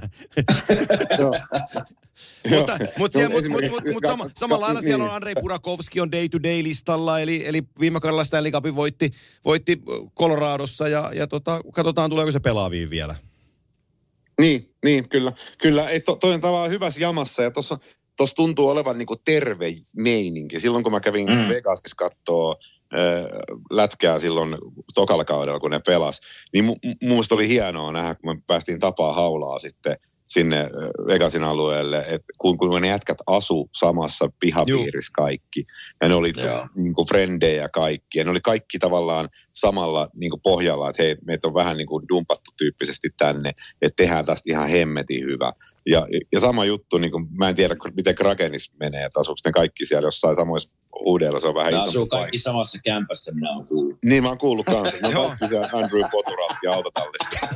Mutta samalla lailla siellä on Andrei Burakovski on day-to-day-listalla, eli viime kaudella Stanley Cupin voitti Coloradossa, ja katsotaan tuleeko se pelaaviin vielä. Niin, kyllä. Kyllä, toi on tavallaan hyvässä jamassa, ja tuossa tuntuu olevan niinku terve meininki. Silloin kun mä kävin Vegasissa kattoo lätkää silloin tokalla kaudella, kun ne pelas, niin muista oli hienoa nähdä, kun me päästiin tapaa haulaa sitten sinne Vegasin alueelle, että kun ne jätkät asu samassa pihapiirissä kaikki, ja ne oli niin kuin frendejä kaikki, ja ne oli kaikki tavallaan samalla niin kuin pohjalla, että hei, meitä on vähän niin kuin dumpattu tyyppisesti tänne, että tehdään tästä ihan hemmetin hyvä. Ja sama juttu, niin kuin, mä en tiedä, miten Krakenissa menee, että asuuko ne kaikki siellä jossain samoissa huudeilla, se on vähän isompi asuu kaikki samassa kämpässä, minä olen kuullut. Niin, mä oon kuullut kanssa. Ne on kaikki siellä Andrew Poturalski autotallissa.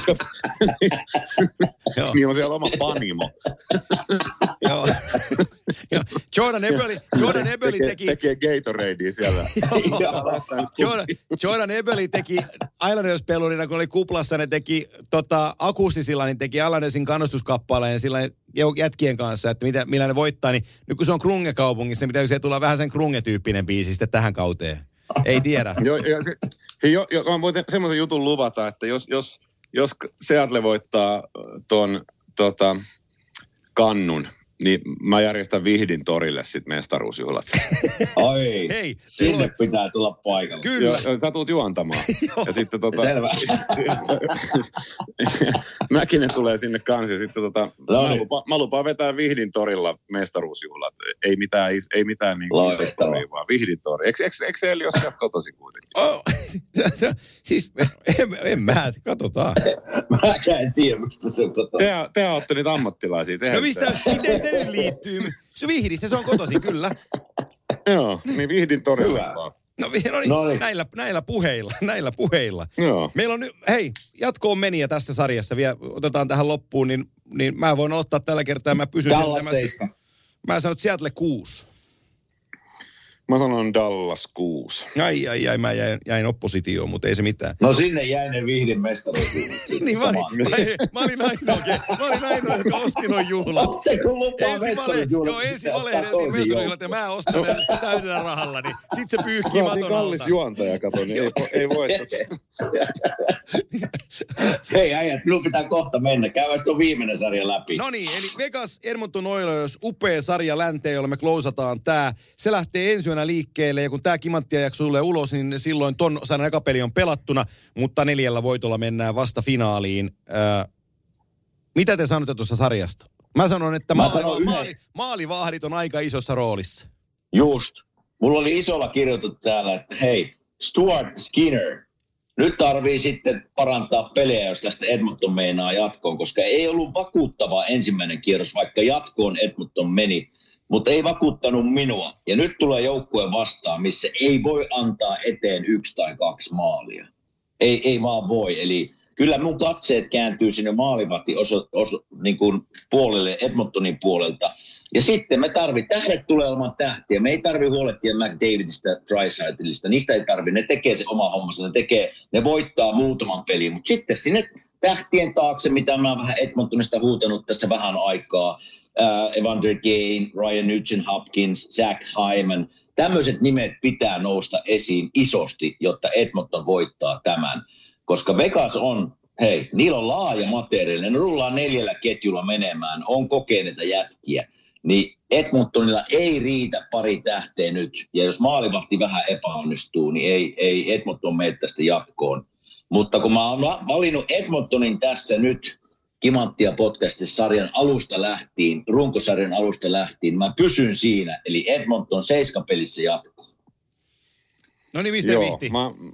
Niin on siellä oma panimo. Joo. Jordan Eberle teki... Tekee Gatoradea siellä. Jordan Eberle teki Islanders-pelurina, kun oli kuplassa, ne teki akustisilla, niin teki Islandersin kannustuskappaleen sillä jätkien kanssa, että millä ne voittaa, niin nyt kun se on Krunge-kaupungissa, niin pitäisi tulla vähän sen Krunge-tyyppinen biisi sitten tähän kauteen. Ei tiedä. Mä voin semmoisen jutun luvata, että jos Seattle voittaa ton kannun, niin mä järjestän Vihdin torille sit mestaruusjuhlat. Ai, hei, sinne pitää tulla paikalle. Kyllä. Sä tuut juontamaan. Ja sitten Selvä. Mäkinen tulee sinne kanssa ja sitten mä lupaan vetää Vihdin torilla mestaruusjuhlat. Ei mitään niin kuin iso tori, vaan Vihdin tori. Eikö se Elios sieltä kotosi kuitenkin? Siis en mä, katsotaan. Mäkään en tiedä, mistä se on kotosi. Te ootte niitä ammattilaisia. No miten se nyt liittyy? Se Vihdissä, se on kotosi, kyllä. Joo, niin Vihdin torilla vaan. No niin. Näillä puheilla. Joo. Meillä on nyt, jatkoon meniä tässä sarjassa. Vielä otetaan tähän loppuun, niin mä voin aloittaa tällä kertaa. Mä pysyn Dallas 7. Mä sanon Seattle 6. Mä sanon Dallas 6. Ai, mä jäin oppositioon, mutta ei se mitään. No sinne jäi ne Vihdin mestaruus. Niin mä olin ainoa, joka osti noin juhlat. Se kun lupaa mestaruusjuhlat. Joo, ensin valehdettiin mestaruusjuhlat ja mä ostan ne täydellä rahalla, niin sit se pyyhkii maton alta. Kallis juontaja, kato, niin ei voi. Hei äijät, minun pitää kohta mennä. Käydään tuon viimeinen sarja läpi. No niin, eli Vegas Edmonton Oilers, upea sarja länteen, jolla me closataan tää. Se lähtee ensi yönä liikkeelle, ja kun tää Kimanttia jakso tulee ulos, niin silloin ton sarjan eka peli on pelattuna, mutta 4 voitolla mennään vasta finaaliin. Mitä te sanotte tuossa sarjasta? Mä sanon, että maalivahdit on aika isossa roolissa. Just. Mulla oli isolla kirjoitettu täällä, että hei, Stuart Skinner, nyt tarvii sitten parantaa pelejä, jos tästä Edmonton meinaa jatkoon, koska ei ollut vakuuttava ensimmäinen kierros, vaikka jatkoon Edmonton meni, mutta ei vakuuttanut minua. Ja nyt tulee joukkue vastaan, missä ei voi antaa eteen 1 tai 2 maalia. Ei vaan voi. Eli kyllä mun katseet kääntyy sinne maalivahti niin kuin puolelle, Edmontonin puolelta. Ja sitten me tähdet tulee olemaan tähtiä. Me ei tarvitse huolehtia McDavidista, Draisaitlista. Niistä ei tarvitse. Ne tekee se oma hommansa. Ne voittaa muutaman pelin. Mutta sitten sinne tähtien taakse, mitä mä oon vähän Edmontonista huutanut tässä vähän aikaa. Evander Kane, Ryan Nugent-Hopkins, Zach Hyman. Tämmöiset nimet pitää nousta esiin isosti, jotta Edmonton voittaa tämän. Koska Vegas on, niillä on laaja materiaali, ne rullaa 4 ketjulla menemään, on kokeneita jätkiä. Niin Edmontonilla ei riitä pari tähteä nyt. Ja jos maalivahti vähän epäonnistuu, niin ei Edmonton mene tästä jatkoon. Mutta kun mä oon valinnut Edmontonin tässä nyt Kimanttia podcastissa sarjan alusta lähtien, runkosarjan alusta lähtien, mä pysyn siinä. Eli Edmonton 7-pelissä jatkoon. No niin, mistä vihti?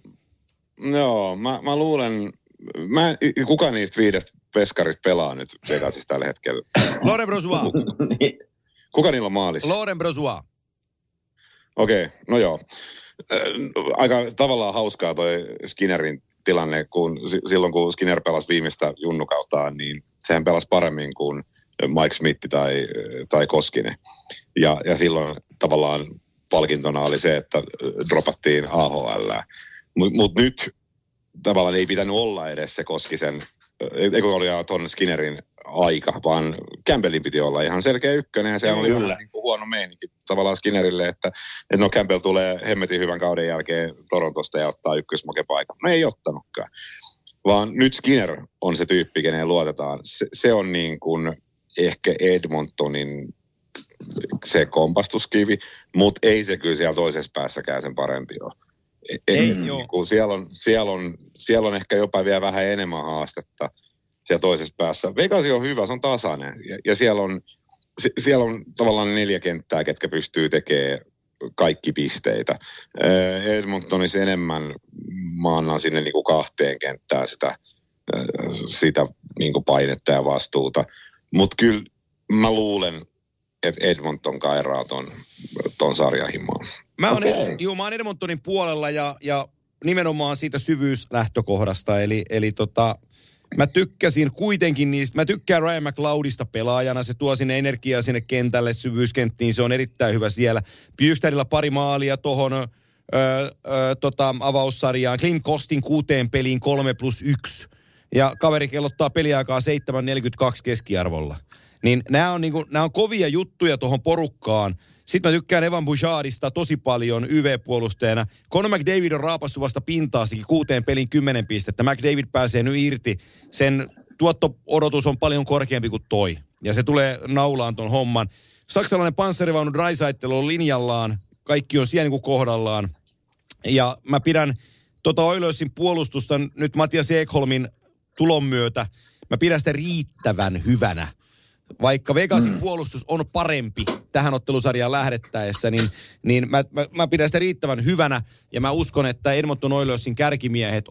Mä luulen, kuka niistä 5 veskarista pelaa nyt Vegasissa tällä hetkellä? Laurent Brossoit. Kuka niillä on maalissa? Laurent Brossoit. Okei, no joo. Aika tavallaan hauskaa toi Skinnerin tilanne, kun silloin kun Skinner pelasi viimeistä junnukauttaan, niin sehän pelasi paremmin kuin Mike Smith tai Koskinen. Ja silloin tavallaan palkintona oli se, että dropattiin AHL. Mutta nyt tavallaan ei pitänyt olla edes se Koskisen, eikö oli ton Skinnerin aika, vaan Campbellin piti olla ihan selkeä ykkönen, ja se oli niin kuin huono meininki tavallaan Skinnerille, että no Campbell tulee hemmetin hyvän kauden jälkeen Torontosta ja ottaa ykkösmokepaikan. No ei ottanutkaan, vaan nyt Skinner on se tyyppi, keneen luotetaan. Se on niin kuin ehkä Edmontonin se kompastuskivi, mutta ei se kyllä siellä toisessa päässäkään sen parempi ole. Siellä on ehkä jopa vielä vähän enemmän haastetta siellä toisessa päässä. Vegas on hyvä, se on tasainen. Ja siellä on tavallaan 4 kenttää, ketkä pystyy tekemään kaikki pisteitä. Edmontonissa enemmän mä annan sinne niin kuin 2 kenttää sitä niin kuin painetta ja vastuuta. Mutta kyllä mä luulen, että Edmonton kairaa ton sarjahimoon. Mä oon Edmontonin puolella ja nimenomaan siitä syvyyslähtökohdasta. Eli mä tykkäsin kuitenkin niistä. Mä tykkään Ryan McLeodista pelaajana. Se tuo sinne energiaa sinne kentälle, syvyyskenttiin. Se on erittäin hyvä siellä. Bjugstadilla pari maalia tohon avaussarjaan. Clint Costin 6 peliin 3+1. Ja kaveri kellottaa peliaikaa 7.42 keskiarvolla. Niin nämä on kovia juttuja tuohon porukkaan. Sitten mä tykkään Evan Bouchardista tosi paljon YV-puolustajana. Conor McDavid on raapassut vasta pintaastikin 6 peliin 10 pistettä. McDavid pääsee nyt irti. Sen tuotto-odotus on paljon korkeampi kuin toi. Ja se tulee naulaan ton homman. Saksalainen panssarivaunu Draisaitl on linjallaan. Kaikki on siellä niin kuin kohdallaan. Ja mä pidän Oilersin puolustusta nyt Mattias Ekholmin tulon myötä. Mä pidän sitä riittävän hyvänä. Vaikka Vegasin puolustus on parempi tähän ottelusarjaan lähdettäessä, niin mä pidän sitä riittävän hyvänä. Ja mä uskon, että Edmonton Oilersin kärkimiehet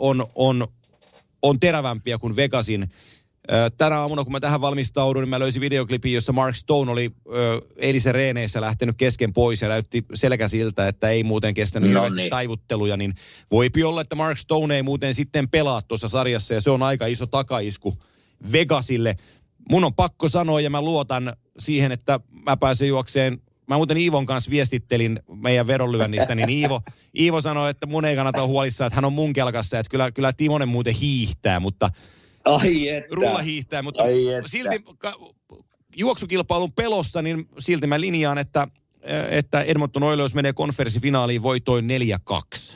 on terävämpiä kuin Vegasin. Tänä aamuna, kun mä tähän valmistauduin, niin mä löysin videoklipin, jossa Mark Stone oli eilisen reeneissä lähtenyt kesken pois ja näytti selkä siltä, että ei muuten kestänyt hirveästi taivutteluja. Niin voipi olla, että Mark Stone ei muuten sitten pelaa tuossa sarjassa ja se on aika iso takaisku Vegasille. Mun on pakko sanoa ja mä luotan siihen, että mä pääsen juokseen. Mä muuten Iivon kanssa viestittelin meidän vedonlyönnistä, niin Iivo sanoi, että mun ei kannata huolissaan, että hän on mun kelkassa, että kyllä Timonen muuten hiihtää, mutta rulla hiihtää, mutta silti juoksukilpailun pelossa, niin silti mä linjaan, että Edmonton Oilers menee konferenssifinaaliin voitoin 4-2.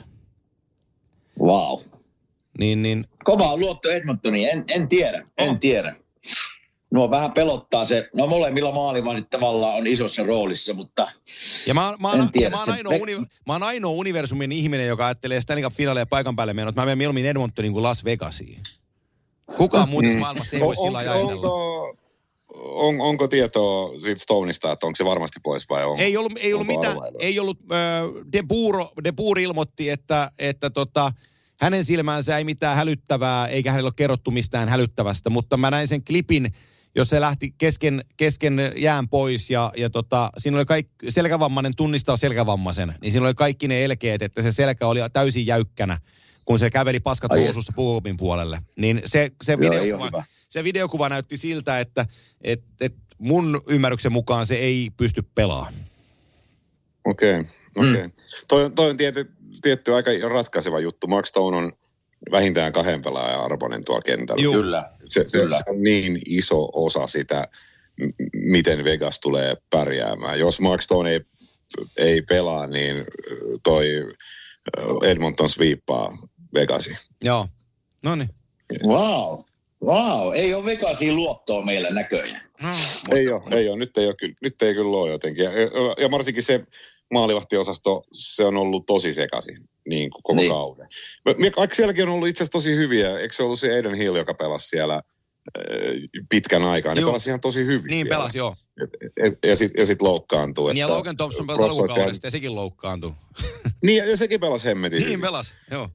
Wow. Niin. Kova luotto Edmontoniin, en tiedä. No vähän pelottaa se, molemmilla maalivahdit tavallaan on isossa roolissa, mutta mä oon ainoa universumin ihminen, joka ajattelee Stanley Cup-finaaleja paikan päälle mennä, että mä menen mieluummin Edmontoniin kuin Las Vegasiin. Kukaan muuten maailmassa ei voi sillä ajatella. Onko tietoa siitä Stoneista, että onko se varmasti pois vai on? Ei ollut mitään, ei ollut, De Boer ilmoitti, että hänen silmäänsä ei mitään hälyttävää, eikä hänellä ole kerrottu mistään hälyttävästä, mutta mä näin sen klipin, jos se lähti kesken jään pois ja siinä oli kaikki, selkävammainen tunnistaa selkävammaisen, niin siinä oli kaikki ne elkeet, että se selkä oli täysin jäykkänä, kun se käveli paskatuosussa puukopin puolelle. Niin se videokuva näytti siltä, että mun ymmärryksen mukaan se ei pysty pelaamaan. Okei. Toi on tietty aika ratkaiseva juttu. Mark Stone on vähintään 2 pelaajan arvoinen tuolla kentällä. Kyllä. Se on niin iso osa sitä, miten Vegas tulee pärjäämään. Jos Mark Stone ei pelaa, niin toi Edmonton sweepaa Vegasi. Joo. Noniin. Wow. Ei ole Vegasin luottoa meillä näköjään. Ei ole. Nyt ei kyllä ole jotenkin. Ja varsinkin se maalivahtiosasto, se on ollut tosi sekaisin niin kuin koko kauden. Vaikka sielläkin on ollut itse asiassa tosi hyviä. Eikö se ollut se Aiden Hill, joka pelasi siellä pitkän aikaa? Ne pelasi ihan tosi hyvin. Niin pelasi, joo. Ja sit loukkaantuu. Niin ja Logan Thompson pelasi alkukaudesta ja sekin loukkaantui. Niin ja sekin pelasi hemmetin. Niin pelasi, joo.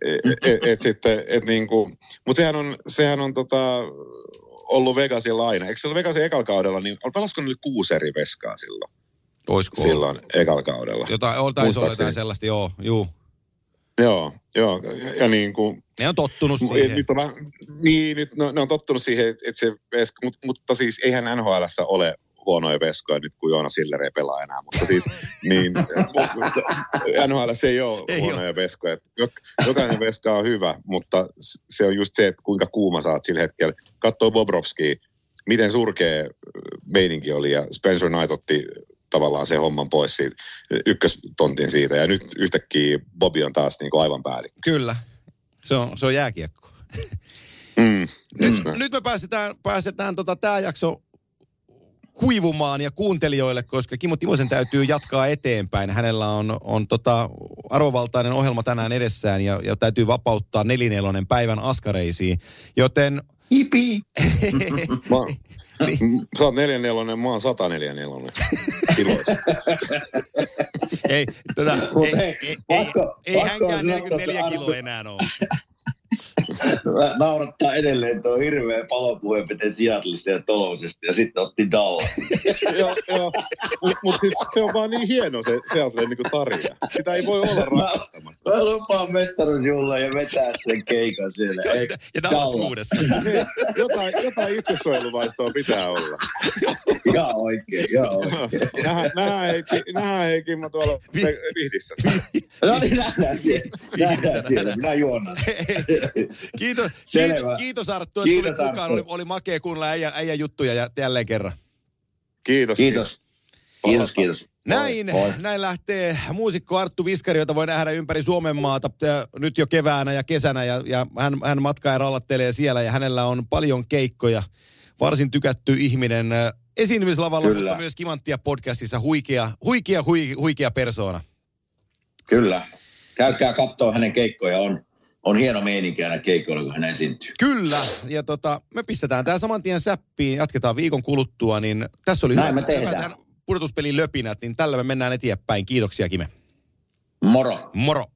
Mutta sehän on ollut Vegasilla aina. Eikö se ollut Vegasin ekalla kaudella, niin pelasiko ne 6 eri veskaa silloin? Oisko? Silloin ekalla kaudella. Taisi olla jotain sellaista, joo. Joo. Ja niin kuin... Ne on tottunut siihen. Nyt ne on tottunut siihen, että se veska, mutta siis eihän NHL:ssä ole huonoja veskoja nyt, kun Joona Siller ei pelaa enää. Mutta siis, niin, NHL:ssä ei ole huonoja veskoja. Jokainen veska on hyvä, mutta se on just se, että kuinka kuuma saat sillä hetkellä. Katsoo Bobrovskia, miten surkea meininki oli, ja Spencer Knight otti tavallaan se homman pois siitä, ykköstontin siitä, ja nyt yhtäkkiä Bobby on taas niin kuin aivan päällikkö. Kyllä, se on jääkiekko. Nyt me päästetään tämä jakso kuivumaan ja kuuntelijoille, koska Kimmo Timosen täytyy jatkaa eteenpäin. Hänellä on arvovaltainen ohjelma tänään edessään ja täytyy vapauttaa 4/4 päivän askareisiin, joten... Hipi! Sä oot 4/4, mä oon 104/4 kiloissa. Ei hänkään 44 kiloa enää ole. Naurattaa edelleen tuo hirveä palopuheenpete Seattleista ja Tolosesta ja sitten otti Dallas. Joo. Mutta siis se on vaan niin hieno se Seattlen niin kuin tarina. Sitä ei voi olla rakastamatta. Mä lupaan mestaruusjuhlaan ja vetää sen keikan siellä. Ja Dallas 6. Jotain itsesuojeluvaistoa pitää olla. Ihan oikein. Nähdään Heikki, mä tuolla Vihdissä. No niin, nähdään siellä. Minä juonnan. Kiitos Arttu, että tulit mukaan. Oli makea kuunnella äijän juttuja ja jälleen kerran. Kiitos. Näin lähtee muusikko Arttu Viskari, jota voi nähdä ympäri Suomen maata nyt jo keväänä ja kesänä. Ja hän matkaa ja rallattelee siellä ja hänellä on paljon keikkoja. Varsin tykätty ihminen esiintymislavalla, mutta myös Kimanttia podcastissa huikea persoona. Kyllä. Käykää katsoa hänen keikkoja. On hieno meininki aina keikoilla, kun hän esiintyy. Kyllä. Ja me pistetään tämä saman tien säppiin. Jatketaan viikon kuluttua. Niin tässä oli hyvät pudotuspelin löpinät. Niin tällä me mennään eteenpäin. Kiitoksia, Kime. Moro. Moro.